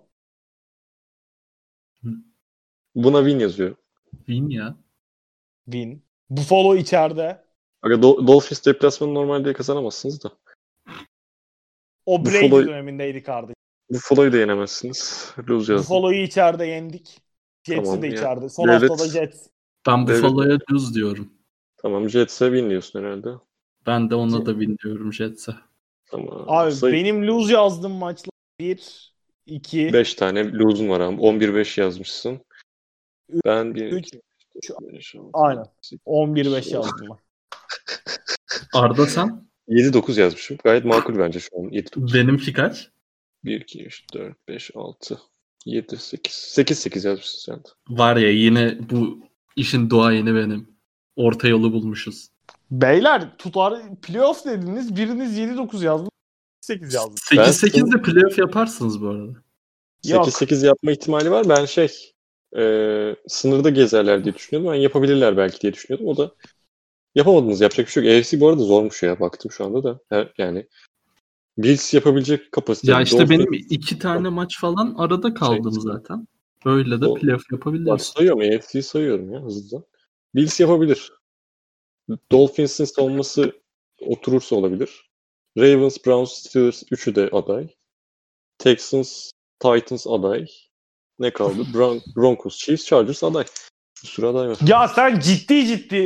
Buna win yazıyor. Win ya. Win. Buffalo içeride. Aga Dolphins deplasmanı normalde kazanamazsınız da. O Brady Buffalo- dönemindeydi kardeşim. Buffalo'yu da yenemezsiniz. Lose yazdım. Buffalo'yu içeride yendik. Jets'i Tamam de ya. içeride. Son Devlet- haftada Jets. Ben Evet. Buffalo'ya lose diyorum. Tamam Jets'e win diyorsun herhalde. Ben de ona da win diyorum Jets'e. Tamam. Abi benim lose yazdığım maçlar 1, 2, 5 tane lose'un var abi. 11-5 yazmışsın. Ben 1, Üç- 2, 5, 6, Aynen. 8, 11-5 yazdım ben. Arda sen? 7-9 yazmışım. Gayet makul bence şu an. 7-9. Benimki kaç? 1, 2, 3, 4, 5, 6, 7, 8. 8-8 yazmışsın sen de. Var ya yine bu işin duayeni benim. Orta yolu bulmuşuz. Beyler playoff dediniz. Biriniz 7-9 yazdı. 8 yazdı. 8-8 de playoff yaparsınız bu arada. Yok. 8-8 yapma ihtimali var. Ben sınırda gezerler diye düşünüyordum. Ben yapabilirler belki diye düşünüyordum. O da yapamadınız. Yapacak bir şey yok. AFC bu arada zormuş ya. Baktım şu anda da. Yani Bills yapabilecek kapasite. Ya işte Dolphins- benim 2 tane maç falan arada kaldım zaten. Öyle de Doğru. playoff Bak yapabiliriz. sayıyorum. AFC'yi sayıyorum ya hızlıdan. Bills yapabilir. Dolphins'in savunması oturursa olabilir. Ravens, Browns, Steelers üçü de aday. Texans, Titans aday. Ne kaldı? Broncos, Chiefs, Chargers aday. Bir sürü aday var. Ya sen ciddi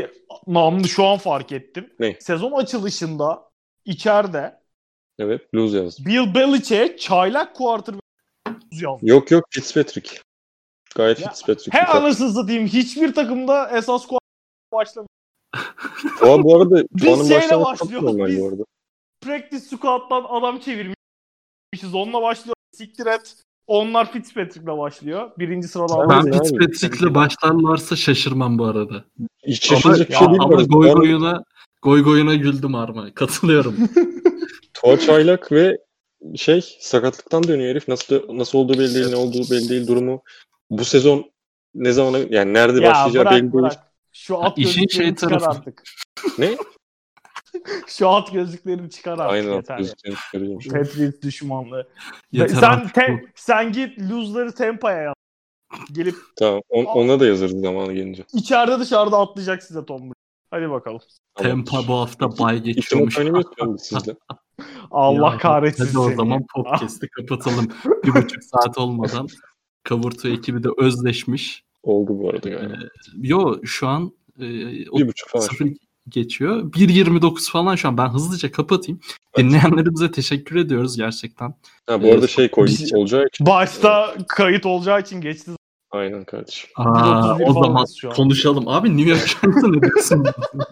namını şu an fark ettim. Ne? Sezon açılışında içeride Evet, lose yazdım. Bill Belichick'e çaylak quarterback yazdı. Yok Fitzpatrick. Gayet Ya, Fitzpatrick. He anasını satayım. Hiçbir takımda esas quarterback başlamıyor. Bu arada Biz puanın şeyle başlaması çok başlıyoruz, normal biz- bu arada. Practice squad'dan adam çevirmişiz. Onunla başlıyor. Siktir et. Onlar Fitzpatrick'le başlıyor. Birinci sırada Ben- Ben alıyor. Fitzpatrick'le başlarlarsa şaşırmam bu arada. Hiç şaşıracak bir şey değil bu Ama arada. goy goyuna güldüm Arma. Katılıyorum. Tua Çaylak ve sakatlıktan dönüyor herif. Nasıl olduğu belli değil, ne olduğu belli değil durumu. Bu sezon ne zamana yani nerede Ya başlayacağı belli değil. bırak. Şu at İşin gözlüklerini çıkar tarafı. artık. Ne? Şu at gözlüklerini çıkar artık. Aynen. Yeter ya. Çıkaracağım. Patriots düşmanlığı. Yeter sen artık bu. sen git lose'ları Tampa'ya yaz. Gelip Tamam. Ona da yazarız zamanı gelince. içeride dışarıda atlayacak size Tom Brady. Hadi bakalım. Tempa bu hafta bay İçime geçiyormuş. oynamıyoruz biz sizle. Allah Ya, kahretsin Hadi o seni. zaman podcast'i kapatalım. 1,5 saat olmadan Kavurtu ekibi de özleşmiş. Oldu bu arada galiba. Yo şu an 1,5 falan. 0 geçiyor. 1.29 falan şu an. Ben hızlıca kapatayım. Dinleyenlerimize teşekkür ediyoruz gerçekten. Ha, bu arada koyduk Biz- olacağı için. Başta kayıt olacağı için geçti. Aynen kardeşim. Aa, 131 o zaman falanız şu an. konuşalım. Abi New York Giants'a ne diyorsun?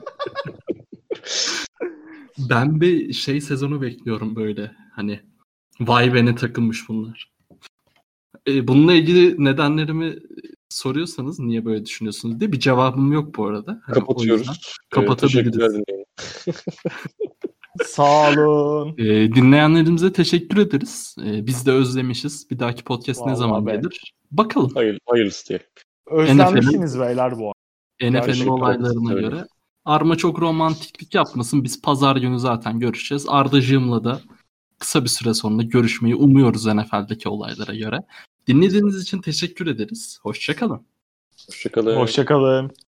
Ben bir sezonu bekliyorum böyle. Hani vay be ne takılmış bunlar. Bununla ilgili nedenlerimi soruyorsanız niye böyle düşünüyorsunuz diye bir cevabım yok bu arada. Hani o yüzden Kapatıyoruz. kapatabiliriz. Teşekkürler dinleyin. Sağ olun. Dinleyenlerimize teşekkür ederiz. Biz de özlemişiz. Bir dahaki podcast ne Vallahi zaman be. gelir? Bakalım. Hayırlısı diyelim. Özlenmişsiniz beyler bu arada. NFL'in Gerçekten olaylarına öyle. göre. Arma çok romantiklik yapmasın. Biz pazar günü zaten görüşeceğiz. Ardacığımla da kısa bir süre sonra görüşmeyi umuyoruz NFL'deki olaylara göre. Dinlediğiniz için teşekkür ederiz. Hoşça kalın. Hoşçakalın. Hoşçakalın.